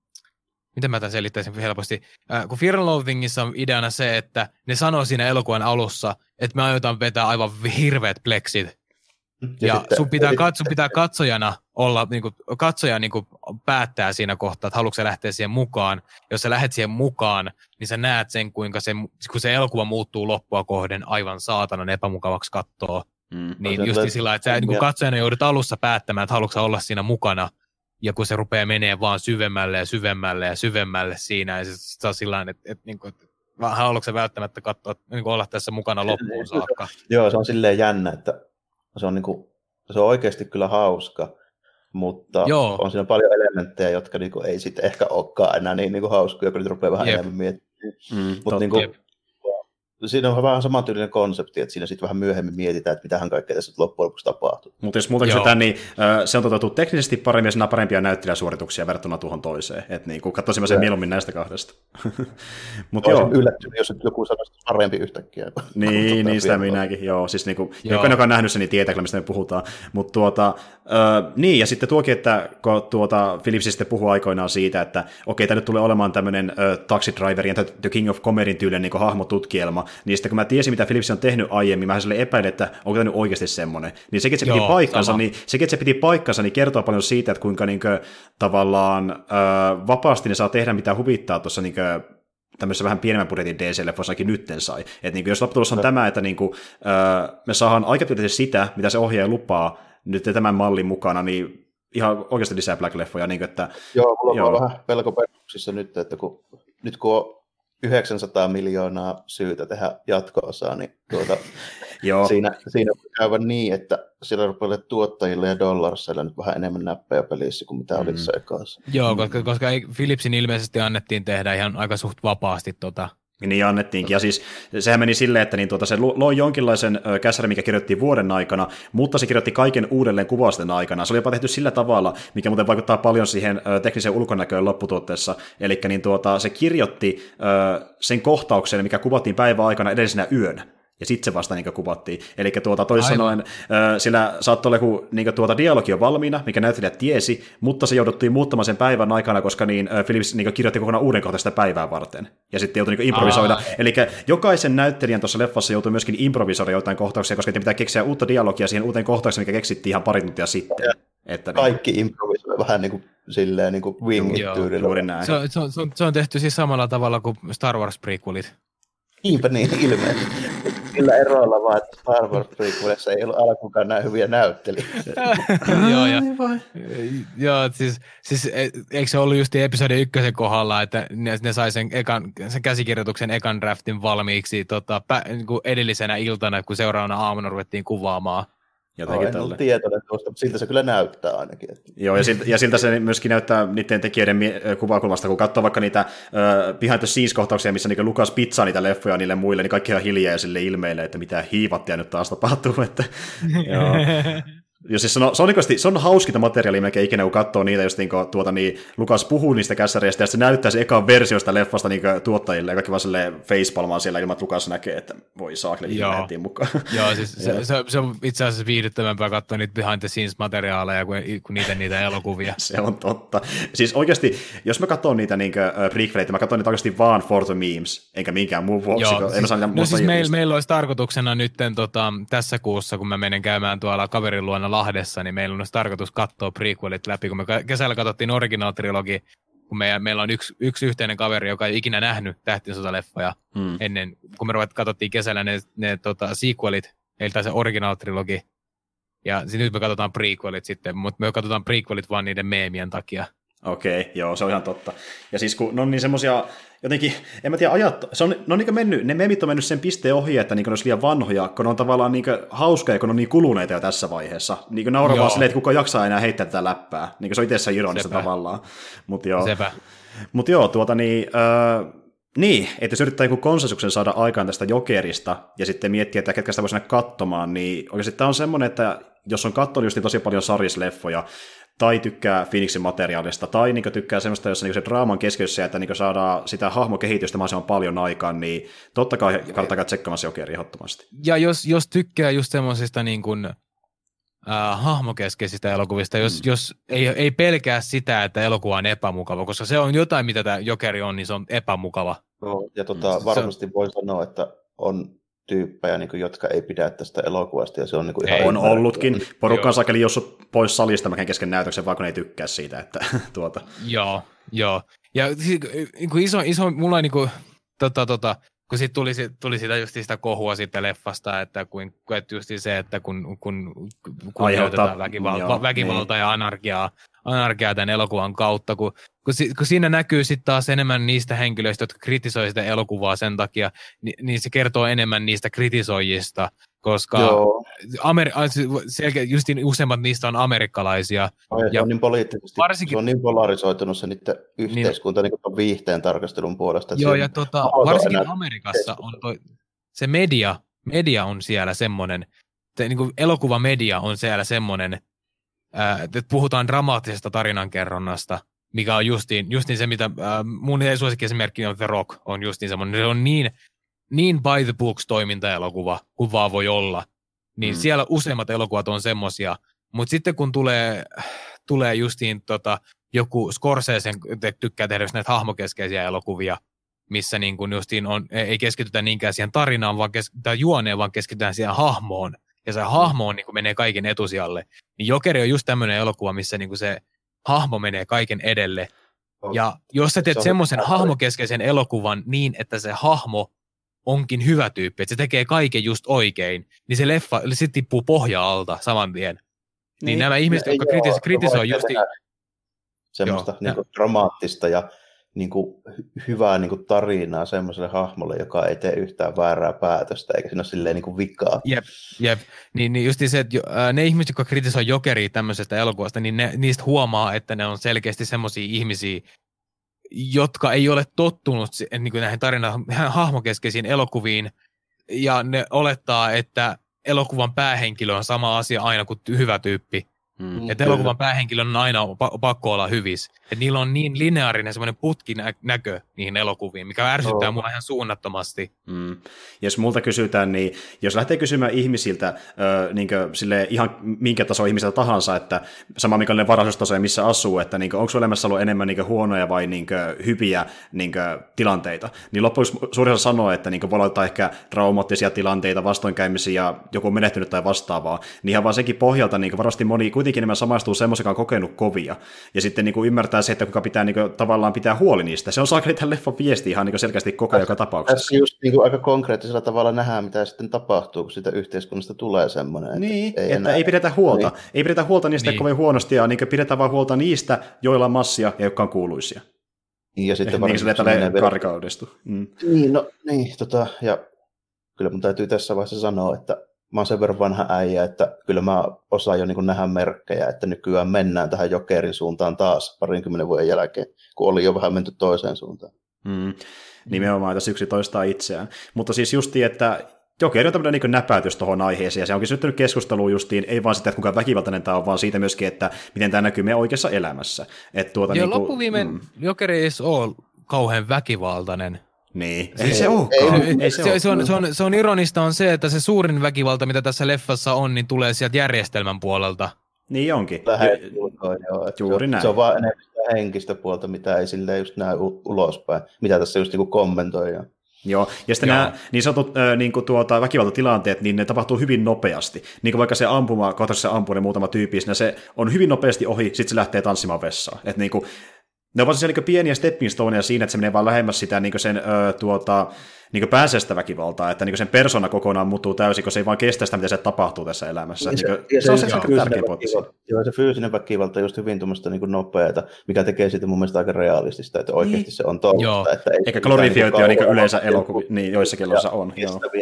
miten mä tämän selittäisin helposti, kun Fear and Loathingissa on ideana se, että ne sanoo siinä elokuvan alussa, että me aiotaan vetää aivan hirveät pleksit. Ja sun pitää katsojana olla, katsoja päättää siinä kohtaa, että haluatko sä lähteä siihen mukaan. Jos sä lähdet siihen mukaan, niin sä näet sen, kuinka kun se elokuva muuttuu loppua kohden aivan saatanan epämukavaksi katsoa. Niin just sillä, että sä katsojana joudut alussa päättämään, että haluatko sä olla siinä mukana. Ja kun se rupeaa menee vaan syvemmälle ja syvemmälle ja syvemmälle siinä, ja se on sillä tavalla, että haluatko sä välttämättä katsoa, olla tässä mukana loppuun saakka. Joo, se on silleen jännä, että se on oikeasti kyllä hauska, mutta on siinä paljon elementtejä, jotka ei sitten ehkä olekaan enää niin hauskoja, kun niitä rupeaa vähän enemmän miettimään. Mutta siinä on vähän samantyylinen konsepti, että siinä sitten vähän myöhemmin mietitään, että mitähän kaikkea tässä loppujen lopuksi tapahtuu. Mutta jos muuta kysytään, niin se on toteutunut teknisesti paremmin ja siinä on parempia näyttelijäsuorituksia verrattuna tuohon toiseen. Että niin, katsoisin mä sen mieluummin näistä kahdesta. Olisin yllättynyt, jos joku sanoisi parempi yhtäkkiä. Niin sitä minäkin. Joo, siis jokainen, joka on nähnyt sen, niin tietää kyllä, mistä me puhutaan. Mutta niin, ja sitten tuokin, että kun Phillips sitten puhui aikoinaan siitä, että okei, tämä nyt tulee olemaan tämmöinen Taxi Driverin ja The King of Comedyn tyylinen niin hahmotutkielma, niin sitten kun mä tiesin, mitä Phillips on tehnyt aiemmin, mä sille epäilin, että onko tämä nyt oikeasti semmoinen. Niin sekin, että se piti paikkansa, niin kertoo paljon siitä, että kuinka tavallaan vapaasti ne saa tehdä mitä huvittaa tuossa tämmöisessä vähän pienemmän budjetin DC-leffoissakin nytten sai. Että jos lopputulos on tämä, että me saadaan aika pitkälti sitä, mitä se ohjaaja lupaa nyt tämän mallin mukana, niin ihan oikeasti lisää Black-leffoja. Että, mulla on vähän pelkoperuksissa nyt, että kun on 900 miljoonaa syytä tehdä jatko-osaa, niin siinä voi käydä niin, että siellä rupeaa tuottajille ja dollarseilla nyt vähän enemmän näppejä pelissä kuin mitä oli se ekassa. Joo, koska Philipsin ilmeisesti annettiin tehdä ihan aika suht vapaasti Niin annettiinkin, ja siis sehän meni silleen, että se loi jonkinlaisen kässärin, mikä kirjoitti vuoden aikana, mutta se kirjoitti kaiken uudelleen kuvausten aikana. Se oli jopa tehty sillä tavalla, mikä muuten vaikuttaa paljon siihen tekniseen ulkonäköön lopputuotteessa, eli se kirjoitti sen kohtauksen, mikä kuvattiin päivän aikana edellisenä yönä. Ja sitten se vasta kuvattiin. Eli toisin sanoen, sillä saattoi olla joku dialogi on valmiina, mikä näyttelijät tiesi, mutta se jouduttiin muuttamaan sen päivän aikana, koska Phillips kirjoitti kokonaan uuden kohtaista päivää varten. Ja sitten joutui improvisoida. Eli jokaisen näyttelijän tuossa leffassa joutui myöskin improvisoida jotain kohtauksia, koska pitää keksiä uutta dialogia siihen uuteen kohtaukseen, mikä keksittiin ihan pari tuntia sitten. Että kaikki improvisoi vähän silleen wing-it-tyylillä. Se on tehty siis samalla tavalla kuin Star Wars prequelit. Niinpä niin, ilmeisesti. Sillä eroilla vaan, että Star Wars prequelissa ei ollut alkuunkaan näin hyviä näyttelijöitä. Joo, siis eikö se ollut just episodi 1 kohdalla, että ne sai sen käsikirjoituksen ekan draftin valmiiksi edellisenä iltana, kun seuraavana aamuna ruvettiin kuvaamaan. En ole tietoinen tuosta, mutta siltä se kyllä näyttää ainakin. Joo, ja siltä se myöskin näyttää niiden tekijöiden kuvakulmasta, kun katsoo vaikka niitä behind the scenes-kohtauksia, missä Lucas pizzaa niitä leffoja niille muille, niin kaikki on hiljaa ja sille ilmeilee, että mitä hiivattia nyt taas tapahtuu. Että, joo. Ja siis se on hauskinta materiaalia melkein ikinä, kun katsoo niitä, just Lukas puhuu niistä kässäreistä, ja se näyttää se ekan versiosta leffasta tuottajille, ja kaikki vaan silleen facepalmaan siellä ilman, että Lukas näkee, että voi saakeli, lähdettiin mukaan. Joo, siis se on itse asiassa viihdyttävämpää katsoa niitä behind the scenes materiaaleja kuin niitä elokuvia. Se on totta. Siis oikeasti, jos mä katson niitä prequeleita, mä katson niitä oikeasti vaan for the memes, enkä minkään muun vuoksi. Siis meillä olisi tarkoituksena nyt tässä kuussa, kun mä menen käymään tuolla kaverin luona vuonna Lahdessa, niin meillä on tarkoitus katsoa prequelit läpi, kun me kesällä katsottiin original-trilogi, kun meillä on yksi yhteinen kaveri, joka ei ikinä nähnyt Tähtien sota-leffoja ennen, kun me katsottiin kesällä ne sequelit, eli se original-trilogi, ja nyt me katsotaan prequelit sitten, mutta me katsotaan prequelit vaan niiden meemien takia. Okei, joo, se on ihan totta. Ja siis kun ne on niin semmosia, jotenkin, en mä tiedä, ne on niin mennyt, ne meemit on mennyt sen pisteen ohi, että niin ne olisi liian vanhoja, kun ne on tavallaan niin hauskoja, kun ne on niin kuluneita jo tässä vaiheessa. Niin nauraa vaan silleen, että kuka jaksaa enää heittää tätä läppää. Niin se on itse ironista tavallaan. Mutta joo, niin, että jos yrittää joku konsensuksen saada aikaan tästä Jokerista ja sitten miettiä, että ketkä sitä voisi mennä katsomaan, niin oikeasti tämä on semmoinen, että jos on katsonut just tosi paljon sarjisleffoja, tai tykkää Phoenixin materiaalista, tai niin tykkää semmoista, jossa niin se draaman keskiössä, että niin saadaan sitä hahmokehitystä mahdollisimman paljon aikaan, niin totta kai kannattaa tsekkaamassa Jokeria ehdottomasti. Ja jos tykkää just semmoisista niin kuin hahmokeskeisistä elokuvista, jos ei pelkää sitä, että elokuva on epämukava, koska se on jotain, mitä tämä Jokeri on, niin se on epämukava. No, ja varmasti voi sanoa, että on tyyppejä, niin kuin, jotka ei pidä tästä elokuvasta, ja se on niin kuin ihan... On ollutkin. Porukka on sakeli jossut pois salista mäkään kesken näytöksen, vaan kun ei tykkää siitä, että Joo. Ja iso mulla on niin kuin, kun sitten tuli sitä just sitä kohua siitä leffasta, että just se, että kun kunnioitetaan väkivaltaa ja anarkiaa tämän elokuvan kautta, kun siinä näkyy sitten taas enemmän niistä henkilöistä, jotka kritisoi sitä elokuvaa sen takia, niin se kertoo enemmän niistä kritisoijista, koska justiin useimmat niistä on amerikkalaisia. Ja on niin poliittisesti, se on niin polarisoitunut se niiden yhteiskunta niin viihteen tarkastelun puolesta. Joo, ja varsinkin Amerikassa on se media on siellä semmoinen, niin kuin elokuvamedia on siellä semmoinen, että puhutaan dramaattisesta tarinankerronnasta, mikä on justiin se, mitä mun suosikkiesimerkki on The Rock, on justiin semmoinen, se on niin by the books toimintaelokuva, kuin vaan voi olla. Niin siellä useimmat elokuvat on semmosia, mutta sitten kun tulee justiin joku Scorsese tykkää tehdä näitä hahmokeskeisiä elokuvia, missä niin kun justiin ei keskitytä niinkään siihen tarinaan tai juoneen, vaan keskitytään siihen hahmoon. Ja se hahmo niin menee kaiken etusijalle. Niin Jokeri on just tämmöinen elokuva, missä niin se hahmo menee kaiken edelle. Ja jos sä teet semmoisen hahmokeskeisen elokuvan niin, että se hahmo onkin hyvä tyyppi, että se tekee kaiken just oikein, niin se leffa sitten tippuu pohja alta saman tien. Niin nämä ihmiset, jotka kritisoi just... Semmoista niinku dramaattista ja niinku hyvää niinku tarinaa semmoiselle hahmolle, joka ei tee yhtään väärää päätöstä, eikä siinä ole silleen niinku vikaa. Jep. Niin just se, että ne ihmiset, jotka kritisoi Jokeria tämmöisestä elokuvasta, niin niistä huomaa, että ne on selkeästi semmoisia ihmisiä, jotka ei ole tottunut niin kuin näihin hahmokeskeisiin elokuviin, ja ne olettaa, että elokuvan päähenkilö on sama asia aina kuin hyvä tyyppi. Että elokuvan päähenkilön on aina pakko olla hyvissä. Että niillä on niin lineaarinen semmoinen putkinäkö niihin elokuviin, mikä ärsyttää mua ihan suunnattomasti. Jos multa kysytään, niin jos lähtee kysymään ihmisiltä, niin ihan minkä taso ihmiseltä tahansa, että sama minkälainen varallisuustaso ja missä asuu, että niin onko sun elämässä ollut enemmän niin huonoja vai niin hyviä niin tilanteita, niin loppujen suurin osa sanoo, että niin voi olla ehkä traumaattisia tilanteita, vastoinkäymisiä ja joku on menehtynyt tai vastaavaa, niin ihan vaan senkin pohjalta niin varmasti moni kuitenkin enemmän samaistuu semmoisen, joka on kokenut kovia. Ja sitten niin ymmärtää se, että kuka pitää niin tavallaan pitää huoli niistä. Se on saakeli tämän leffan viesti ihan niin selkeästi koko joka tapauksessa. Tässä just niin aika konkreettisella tavalla nähdään, mitä sitten tapahtuu, kun sitä yhteiskunnasta tulee semmoinen. Niin, että ei pidetä huolta. Niin. Ei pidetä huolta niistä kovin huonosti, ja niin pidetään vaan huolta niistä, joilla on massia ja jotka on kuuluisia. Ja sitten niin se tälle karkaudestu. Ja kyllä mun täytyy tässä vaiheessa sanoa, että mä oon sen verran vanha äijä, että kyllä mä osaan jo niin nähdä merkkejä, että nykyään mennään tähän Jokerin suuntaan taas 20 vuoden jälkeen, kun oli jo vähän menty toiseen suuntaan. Nimenomaan tässä yksi toistaa itseään. Mutta siis justiin, että Jokeri on tämmöinen niin näpäytys tuohon aiheeseen, ja se onkin syntynyt keskusteluun justiin, ei vaan sitä, että kuinka väkivaltainen tämä on, vaan siitä myöskin, että miten tämä näkyy meidän oikeassa elämässä. Loppuviimein Jokeri ei ole kauhean väkivaltainen. Niin, ei se olekaan. Se on ironista on se, että se suurin väkivalta, mitä tässä leffassa on, niin tulee sieltä järjestelmän puolelta. Niin onkin. Juuri näin. Se on vaan henkistä puolta, mitä ei silleen just näy ulospäin, mitä tässä just niin kommentoi. Joo, ja sitten nämä niin sanotut väkivaltatilanteet, niin ne tapahtuu hyvin nopeasti. Niin kuin vaikka se ampuma, kohta se ampuu ne muutama tyyppi, se on hyvin nopeasti ohi, sitten se lähtee tanssimaan vessaan. Että niin kuin, ne on vaan niin pieniä stepping stoneja siinä, että se menee vaan lähemmäs sitä niin sen niin pääsestä väkivaltaa, että niin sen persona kokonaan muuttuu täysin, kun se ei vaan kestä sitä, mitä se tapahtuu tässä elämässä. Se on se tärkeä pointti. Joo, se fyysinen väkivalta on just hyvin tuommoista niin nopeata, mikä tekee siitä mun mielestä aika realistista, että oikeasti se on totta. Että eikä glorifioitua niin yleensä niin joissakin eloissa on.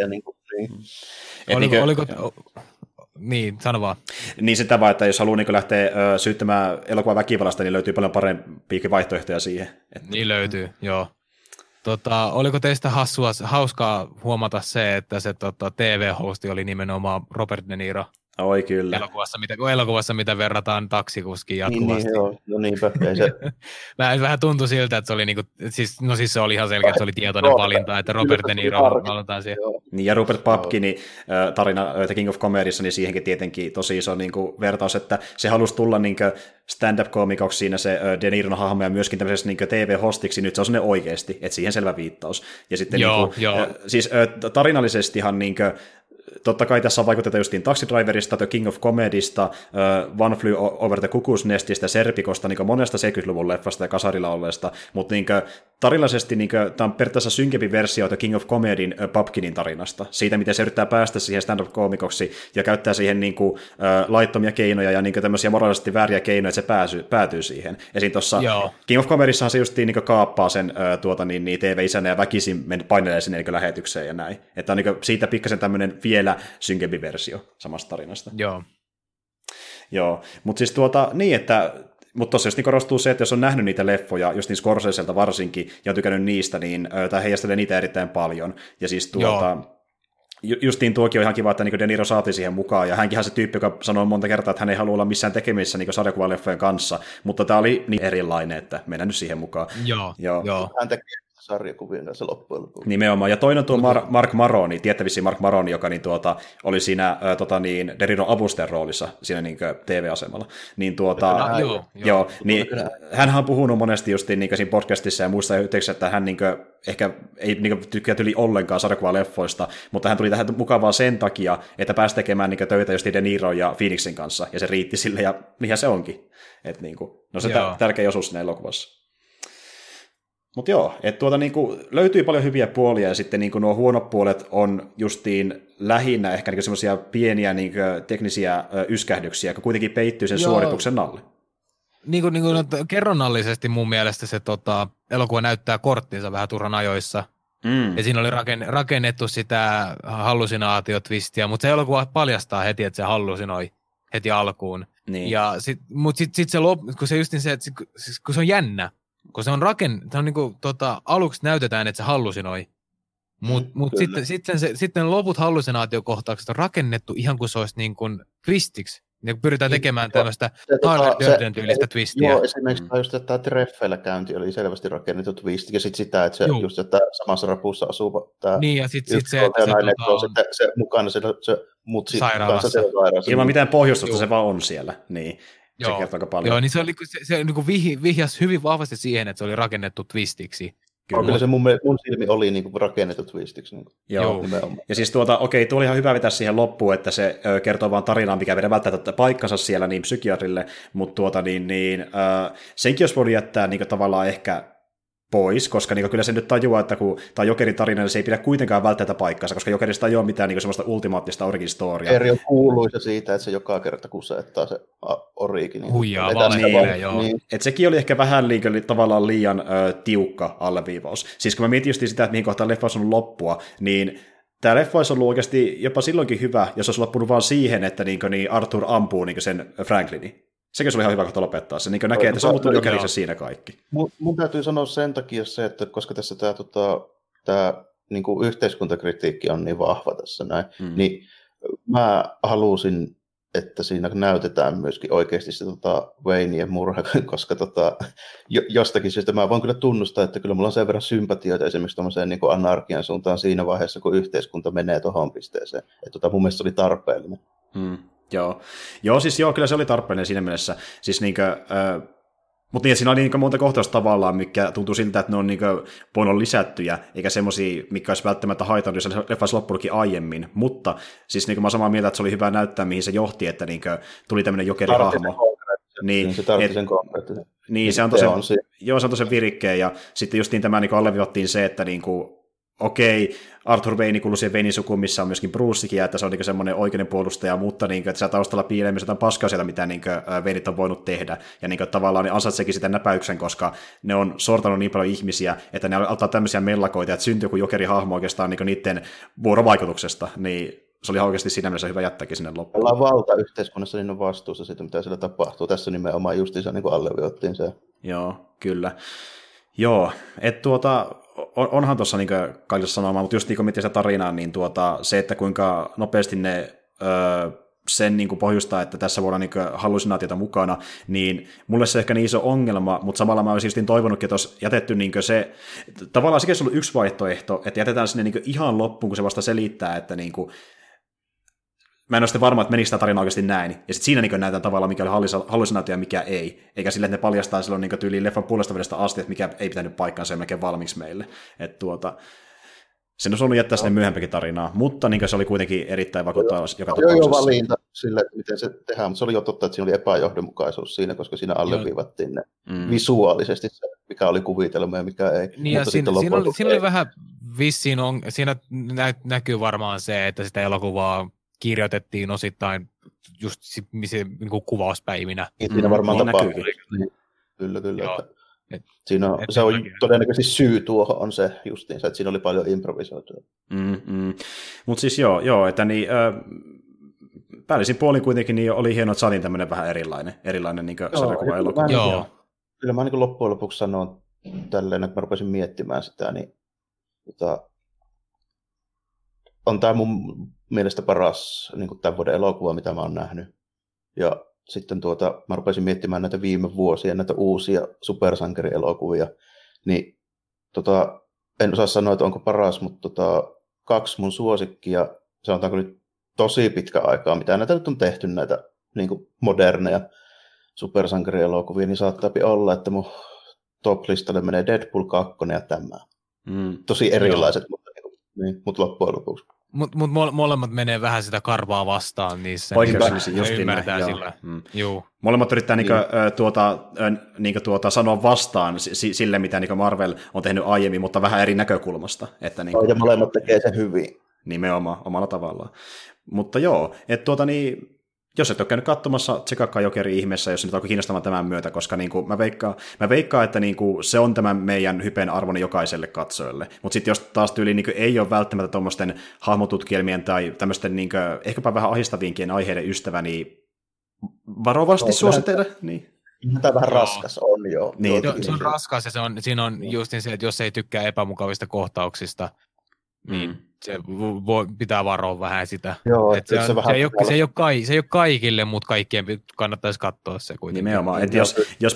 Niin, sano vaan. Niin sitä vaan, että jos haluaa niin lähteä syyttämään elokuvan väkivallasta, niin löytyy paljon parempia vaihtoehtoja siihen. Että... Niin löytyy, joo. Oliko teistä hauskaa huomata se, että se TV-hosti oli nimenomaan Robert De Niro? Oi kyllä. Elokuvassa, mitä verrataan taksikuskiin jatkuvasti. No niinpä. Se... vähän tuntui siltä, että se oli siis se oli ihan selkeä, että se oli tietoinen valinta, että Robert De Niro valitaan siihen. Niin, ja Rupert Pupkinin tarina The King of Comedyssa, niin siihenkin tietenkin tosi iso niin kuin vertaus, että se halusi tulla niin stand-up-koomikoksi siinä se De Niron hahmo ja myöskin tämmöisessä niin TV-hostiksi, nyt se on sellainen oikeasti, että siihen selvä viittaus. Ja sitten siis tarinallisestihan niin kuin, totta kai tässä on vaikutettu justiin Taxi Driverista, The King of Comedysta, One Flew Over the Cuckoo's Nestistä, Serpikosta, niin monesta 70-luvun leffasta ja kasarilla olleesta, mutta niin tarinallisesti niin tämä on periaatteessa synkempi versio The King of Comedyn Pupkinin tarinasta, siitä miten se yrittää päästä siihen stand-up-koomikoksi ja käyttää siihen niin kuin, laittomia keinoja ja niin tämmöisiä moraalisesti vääriä keinoja, että se päätyy siihen. Esiin tuossa King of Comedyssahan se justiin niin kaappaa sen TV-isänä ja väkisin painelee sinne niin lähetykseen ja näin. Että on niin siitä pikkasen tämmöinen vielä synkempi versio samasta tarinasta. Joo, mutta siis niin, että mutta tosiaan just niin korostuu se, että jos on nähnyt niitä leffoja, just niin Scorseselta varsinkin, ja on tykännyt niistä, niin tämä heijastelee niitä erittäin paljon. Ja siis justiin tuokin on ihan kiva, että niin De Niro saatiin siihen mukaan, ja hänkin on se tyyppi, joka sanoo monta kertaa, että hän ei halua olla missään tekemisissä niin sarjakuvaleffojen kanssa, mutta tämä oli niin erilainen, että mennään nyt siihen mukaan. Joo. Hän tekee sarjakuvien kanssa loppujen lopuksi. Nimenomaan, ja toinen on tuo Mark Maroni, tiettävissiin Mark Maroni, joka oli siinä De Niron avustajan roolissa siinä niin TV-asemalla. Niin niin hänhän on puhunut monesti just niin siinä podcastissa ja muissa yhteyksissä, että hän niin ehkä ei niin tykkää yli ollenkaan sarjakuvaleffoista, mutta hän tuli tähän mukaan vaan sen takia, että pääsi tekemään niin töitä just De Niron ja Phoenixin kanssa, ja se riitti sille, ja niinhän se onkin. Että niin se tärkeä osuus siinä elokuvassa. Mutta joo, että löytyy paljon hyviä puolia, ja sitten nuo huonot puolet on justiin lähinnä ehkä semmoisia pieniä teknisiä yskähdyksiä, jotka kuitenkin peittyy sen suorituksen alle. Kerronnallisesti mun mielestä se elokuva näyttää korttinsa vähän turhan ajoissa. Ja siinä oli rakennettu sitä hallusinaatiotwistiä, mutta se elokuva paljastaa heti, että se hallusinoi heti alkuun. Niin. Mutta sitten se kun se justiin se, että kun se on jännä, kun se on aluksi näytetään, että se hallusinoi, mutta sitten loput hallusinaatiokohtaukset on rakennettu ihan kuin se olisi niin kuin twistiksi. Ja pyritään tekemään tämmöistä Tyylistä twistiä. Joo, esimerkiksi just, että tämä treffeillä käynti oli selvästi rakennettu twist, ja sitten sitä, että se just, että samassa rapussa asuu tämä niin, ja sitten se mukana se mutsi kanssa sairaalassa. Ilman mitään pohjustusta se vaan on siellä, niin. Se kertoo aika paljon. Joo, niin se vihjasi hyvin vahvasti siihen, että se oli rakennettu twistiksi. Kyllä se mun silmi oli rakennettu twistiksi. Joo, ja siis tuo oli ihan hyvä vetää siihen loppuun, että se kertoo vaan tarinaa, mikä vedä välttämättä paikkansa siellä niin psykiatrille, mutta senkin jos voinut jättää tavallaan ehkä pois, koska kyllä se nyt tajuaa, että kun tämä on Jokerin tarina, niin se ei pidä kuitenkaan välttämättä paikkansa, koska Jokerista ei ole mitään semmoista ultimaattista origin storya. Eri on kuuluisa siitä, että se joka kerta kusettaa se origin. Huijaa, valehtelee, joo. Niin. Että sekin oli ehkä vähän tavallaan liian tiukka alleviivaus. Siis kun mä mietin just sitä, että mihin kohtaan leffa olisi ollut loppua, niin tämä leffa olisi ollut oikeasti jopa silloinkin hyvä, jos olisi loppunut vaan siihen, että Arthur ampuu sen Franklinin. Sekin oli ihan hyvä kohta lopettaa. Se näkee, että se on muuttunut Jokeriksi siinä kaikki. Mun täytyy sanoa sen takia se, että koska tässä tämä yhteiskuntakritiikki on niin vahva tässä näin, niin mä halusin, että siinä näytetään myöskin oikeasti se Wayneien murha, koska jostakin syystä mä voin kyllä tunnustaa, että kyllä mulla on sen verran sympatioita esimerkiksi tuollaiseen anarkian suuntaan siinä vaiheessa, kun yhteiskunta menee tuohon pisteeseen. Että mun mielestä se oli tarpeellinen. Joo, siis kyllä se oli tarpeellinen siinä mielessä. Siis Mutta niin, siinä oli niin monta kohtausta tavallaan, mikä tuntuu siltä, että ne on niin voinut lisättyjä, eikä semmoisia, mikä olisi välttämättä haitannut, jos leffa olisi loppunutkin aiemmin. Mutta siis niin mä olen samaa mieltä, että se oli hyvä näyttää, mihin se johti, että niin tuli tämmöinen jokerihahmo. Niin, se tarvitsi sen konkreettisen. Niin, se on tosi virikkeen, ja sitten justiin tämä niin alleviottiin se, että niin kuin, okei, Arthur Wayne kuuluu siihen Waynein sukuun, missä on myöskin Brucekin, että se on niin semmoinen oikeuden puolustaja, mutta niin kuin, että siellä taustalla piilee myös jotain paskaa sieltä, mitä niin Wayneit on voinut tehdä, ja niin kuin, tavallaan niin ansaitseekin sitä näpäyksen, koska ne on sortanut niin paljon ihmisiä, että ne altaa tämmöisiä mellakoita, että syntyy joku jokerihahmo oikeastaan niin niiden vuorovaikutuksesta, niin se oli oikeasti siinä mielessä hyvä jättääkin sinne loppuun. Ollaan valtayhteiskunnassa, niin on vastuussa siitä, mitä siellä tapahtuu. Tässä nimenomaan justiinsa niin kuin alleviottiin se. Joo, kyllä. Joo, että onhan tuossa niin kaikissa sanomaan, mutta just niin kuin miettii sitä tarinaa, niin se, että kuinka nopeasti ne sen niin kuin pohjustaa, että tässä voidaan niin hallusinaatiota mukana, niin mulle se ehkä niin iso ongelma, mutta samalla mä olisin toivonutkin, että olisi jätetty niin se, tavallaan sekin olisi ollut yksi vaihtoehto, että jätetään sinne niin ihan loppuun, kun se vasta selittää, että niin kuin, mä en ole sitten varma, että menikö sitä tarinaa oikeasti näin. Ja sitten siinä niin näytetään tavallaan, mikä oli hallusinaatio ja mikä ei. Eikä sille, että ne paljastaa silloin niin tyyliin leffan puolesta vedestä asti, että mikä ei pitänyt paikkaansa ja melkein valmiiksi meille. Että sen olisi ollut jättää sinne myöhempikin tarinaa, mutta niin se oli kuitenkin erittäin vakuuttava joka tapauksessa. Joo, valinta sille, miten se tehdään, mutta se oli jo totta, että siinä oli epäjohdonmukaisuus siinä, koska siinä alleviivattiin ne visuaalisesti se, mikä oli kuvitelma ja mikä ei. Niin ja siinä oli vähän vissiin, siinä näkyy varmaan se, että sitä elokuvaa kirjoitettiin osittain just niin kuin kuvauspäivinä. Siinä varmaan tapahtuu. Kyllä. Siinä se on todennäköisesti syy tuohon on se justiinsa, että siinä oli paljon improvisoitua. Mutta siis joo, että niin, päällisin puolin kuitenkin niin oli hienoa, että saatiin tämmöinen vähän erilainen niin sarjakuva-elokuva. Joo. Kyllä mä niin loppujen lopuksi sanon tälleen, että mä rupesin miettimään sitä, niin on tämä mun mielestä paras niin tämän vuoden elokuva, mitä mä oon nähnyt. Ja sitten mä rupesin miettimään näitä viime vuosia, näitä uusia supersankarielokuvia, niin en osaa sanoa, että onko paras, mutta 2 mun suosikkia, sanotaanko nyt tosi pitkä aikaa, mitä näitä nyt on tehty, näitä niin kuin moderneja supersankarielokuvia, niin saattaa olla, että mun top-listalle menee Deadpool 2 ja tämä. Tosi erilaiset, mutta loppujen lopuksi. Mutta molemmat menee vähän sitä karvaa vastaan niissä. Poikkeuksellisesti niin ymmärtää sillä. Molemmat yrittää sanoa vastaan sille, mitä Marvel on tehnyt aiemmin, mutta vähän eri näkökulmasta. Että, ja molemmat tekee sen hyvin. Nimenomaan, omalla tavallaan. Mutta joo, että jos et ole käynyt katsomassa, tsekaakaan Jokeri ihmeessä, jos nyt alkoi kiinnostamaan tämän myötä, koska niin kuin, mä veikkaan, että niin kuin, se on tämän meidän hypen arvoinen jokaiselle katsojalle. Mutta sitten jos taas tyyli niin kuin, ei ole välttämättä tuommoisten hahmotutkielmien tai tämmöisten niin kuin, ehkäpä vähän ahdistaviinkin aiheiden ystävä, niin varovasti suosittelen. Niin. Tämä vähän raskas on jo. Niin. Se on raskas ja siinä on just se, että jos ei tykkää epämukavista kohtauksista, niin se pitää varoa vähän sitä. Joo, se ei ole kaikille, mutta kaikkien kannattaisi katsoa se kuitenkin. Nimenomaan, että jos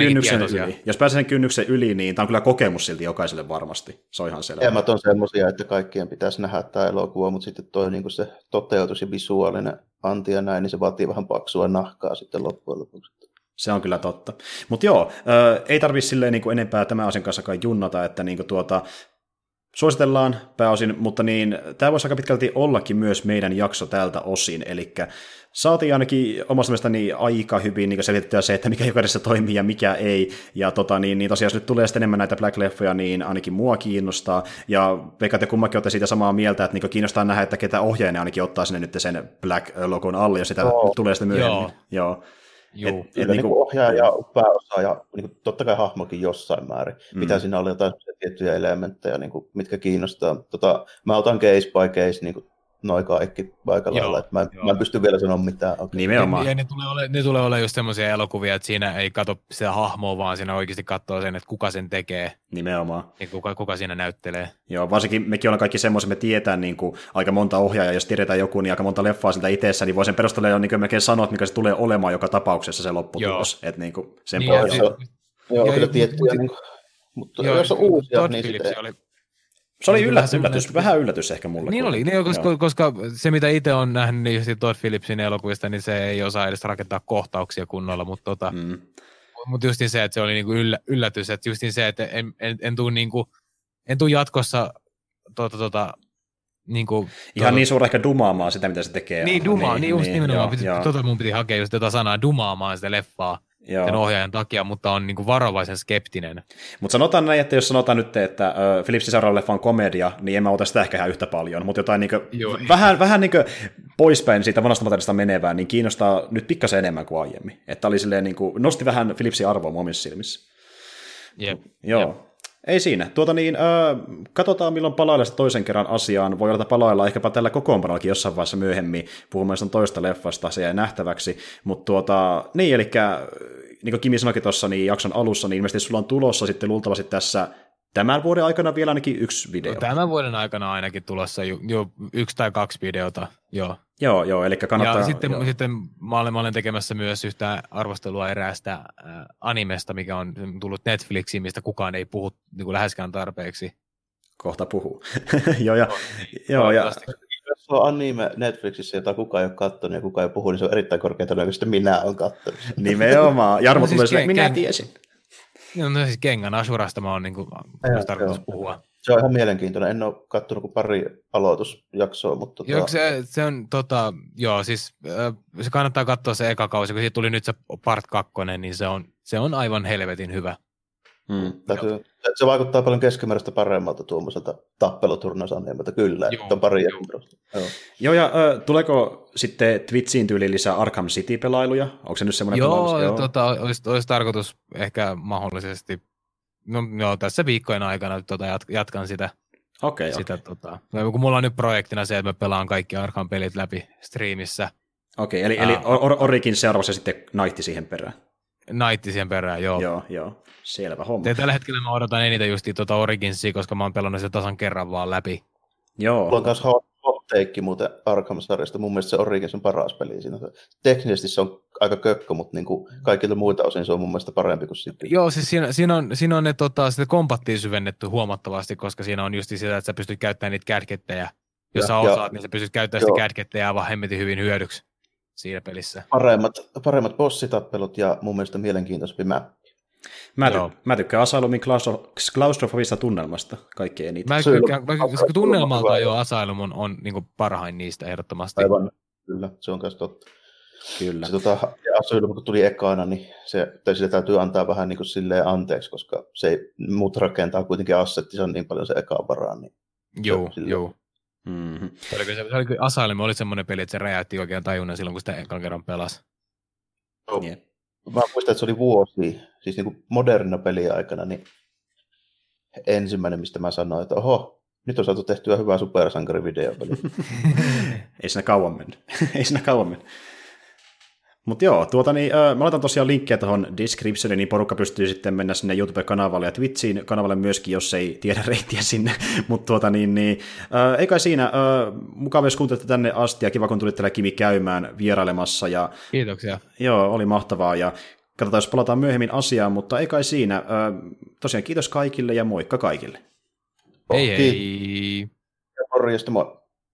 pääsee sen kynnyksen yli, niin tämä on kyllä kokemus silti jokaiselle varmasti. Se on ihan selvä. Emät on semmoisia, että kaikkien pitäisi nähdä tämä elokuva, mutta sitten toi niin se toteutus ja visuaalinen anti ja näin, niin se vaatii vähän paksua nahkaa sitten loppujen lopuksi. Se on kyllä totta. Mutta joo, ei tarvitse silleen niin kuin enempää tämän asian kanssa junnata, että niin kuin suositellaan pääosin, mutta niin, tämä voisi aika pitkälti ollakin myös meidän jakso tältä osin, eli saatiin ainakin omasta mielestäni aika hyvin niin selitettyä se, että mikä jokaisessa toimii ja mikä ei, ja tosiaan jos nyt tulee sitten enemmän näitä Black-leffoja, niin ainakin mua kiinnostaa, ja veikkaan, että kummakin olette siitä samaa mieltä, että niin kiinnostaa nähdä, että ketä ohjaajana ainakin ottaa sinne nyt sen Black-logon alle, jos sitä tulee sitten myöhemmin. Joo. Niin ohjaaja ja pääosa ja niin totta kai hahmokin jossain määrin. Pitää siinä olla jotain tiettyjä elementtejä, niin kuin, mitkä kiinnostaa. Mä otan case by case niin noin kaikki paikalla, mä en pysty vielä sanoa mitään. Okay. Nimenomaan. Ja ne tulee olemaan just semmoisia elokuvia, että siinä ei katso sitä hahmoa, vaan siinä oikeasti katsoo sen, että kuka sen tekee. Nimenomaan. Ja kuka siinä näyttelee. Joo, varsinkin mekin ollaan kaikki semmoisia, me tietää niin kuin, aika monta ohjaajaa, jos tiedetään joku, niin aika monta leffaa siltä itsessä, niin voi sen perusteella jo niin melkein sanoa, että mikä se tulee olemaan joka tapauksessa se lopputulos. Että niin kuin, sen pohjalla. Joo, kyllä tiettyjä, mutta jos on uusia, niin sitten... Se oli vähän yllätys ehkä mulle. Niin oli, koska se mitä itse on nähnyt niin Todd Phillipsin elokuvista, niin se ei osaa edes rakentaa kohtauksia kunnolla, mutta Mutta just se, että se oli niinku yllätys, että just se, että en tuu jatkossa niinku, ihan niin suora ehkä dumaamaan sitä, mitä se tekee. Niin, just nimenomaan. Mun piti hakea just tätä sanaa dumaamaan sitä leffaa sen ohjaajan takia, mutta on niinku varovaisen skeptinen. Mutta sanotaan näin, että jos sanotaan nyt, että Philipsin seuraava leffa on komedia, niin en mä ota sitä ehkä ihan yhtä paljon, mutta jotain niinku, vähän niinku poispäin siitä vanhasta materiaalista menevää, niin kiinnostaa nyt pikkasen enemmän kuin aiemmin. Että oli silleen, niinku, nosti vähän Philipsin arvoa mun omissa silmissä. Joo. Ei siinä. Katsotaan milloin palaillaan toisen kerran asiaan. Voi olla, että palaillaan ehkäpä tällä kokoonpanollakin jossain vaiheessa myöhemmin puhumaan toista leffasta, se jäi nähtäväksi. Mutta niin, eli niin kuin Kimi sanoikin tuossa niin jakson alussa, niin ilmeisesti sulla on tulossa sitten luultavasti tässä tämän vuoden aikana vielä ainakin yksi video. Tämän vuoden aikana ainakin tulossa jo 1 tai 2 videota, joo. Joo, eli kannattaa... Ja sitten mä olen tekemässä myös yhtä arvostelua eräästä animesta, mikä on tullut Netflixiin, mistä kukaan ei puhu niin kuin läheskään tarpeeksi. Kohta puhuu. Joo. Jos on anime Netflixissä, jota kukaan ei ole katsonut ja kukaan ei puhu, niin se on erittäin korkea todennäköisesti, minä olen katsonut. Nimenomaan. Jarmo tulee silleen, minä tiesin. No siis Kengan Ashurasta mä oon niin tarkoitus puhua. Se on ihan mielenkiintoinen. En ole katsonut kuin pari aloitusjaksoa, mutta... Se on siis se kannattaa katsoa se eka kausi, kun siitä tuli nyt se part 2, niin se on aivan helvetin hyvä. Se vaikuttaa paljon keskimääräistä paremmalta tuommoiselta tappeluturnausanimelta, kyllä. On pari Joo, ja tuleeko sitten Twitchiin tyyliin lisää Arkham City-pelailuja? Onko se nyt semmoinen pelailus? Olisi tarkoitus ehkä mahdollisesti, tässä viikkojen aikana jatkan sitä. Okei. Kun mulla on nyt projektina se, että mä pelaan kaikki Arkham-pelit läpi striimissä. Okei, eli Origin seuraavassa sitten Night siihen perään. Night siihen perään, joo. Joo. Selvä homma. Tällä hetkellä mä odotan eniten just Originsia, koska mä oon pelannut sitä tasan kerran vaan läpi. Joo. Mulla on myös hot take muuten Arkham-sarjasta. Mun mielestä se Origins on paras peli siinä. Teknisesti se on aika kökkö, mutta niin kuin kaikilta muilta osin se on mun mielestä parempi kuin sitten. Joo, siis siinä on ne sitä kompattia syvennetty huomattavasti, koska siinä on just sitä, että sä pystyt käyttämään niitä gadgetteja. Jos sä osaat, niin sä pystyt käyttämään sitä gadgetteja aivan hemmetin hyvin hyödyksi siinä pelissä. Paremmat bossitappelut ja mun mielestä mielenkiintoisempi mappi. Mä tykkään Asylumin klaustrofobista tunnelmasta kaikkein eniten. Koska tunnelmalta jo Asylum on niin kuin parhain niistä ehdottomasti. Aivan, kyllä, se on myös totta. Kyllä. Asylum, kun tuli ekana, niin sille täytyy antaa vähän niin kuin silleen anteeksi, koska muut rakentaa kuitenkin assetti, se on niin paljon se ekaan varaan. Niin joo. Mm-hmm. Asylum oli semmoinen peli, että se räjäytti oikein tajunnan silloin, kun sitä ekan kerran pelasi. Yeah. Mä muistan, että se oli vuosi, siis niin kuin modernina peliaikana, niin ensimmäinen, mistä mä sanoin, että nyt on saatu tehtyä hyvää supersankarivideopeliä. Ei siinä kauan mennyt. Mutta joo, mä laitan tosiaan linkkejä tuohon descriptioniin, niin porukka pystyy sitten mennä sinne YouTube-kanavalle ja Twitchiin kanavalle myöskin, jos ei tiedä reittiä sinne. Mutta ei kai siinä, mukava jos kuuntelette tänne asti ja kiva kun tulitte Kimi käymään vierailemassa. Ja, kiitoksia. Joo, oli mahtavaa ja katsotaan, jos palataan myöhemmin asiaan, mutta ei kai siinä. Tosiaan kiitos kaikille ja moikka kaikille. Hei. Ja morjesta, moi.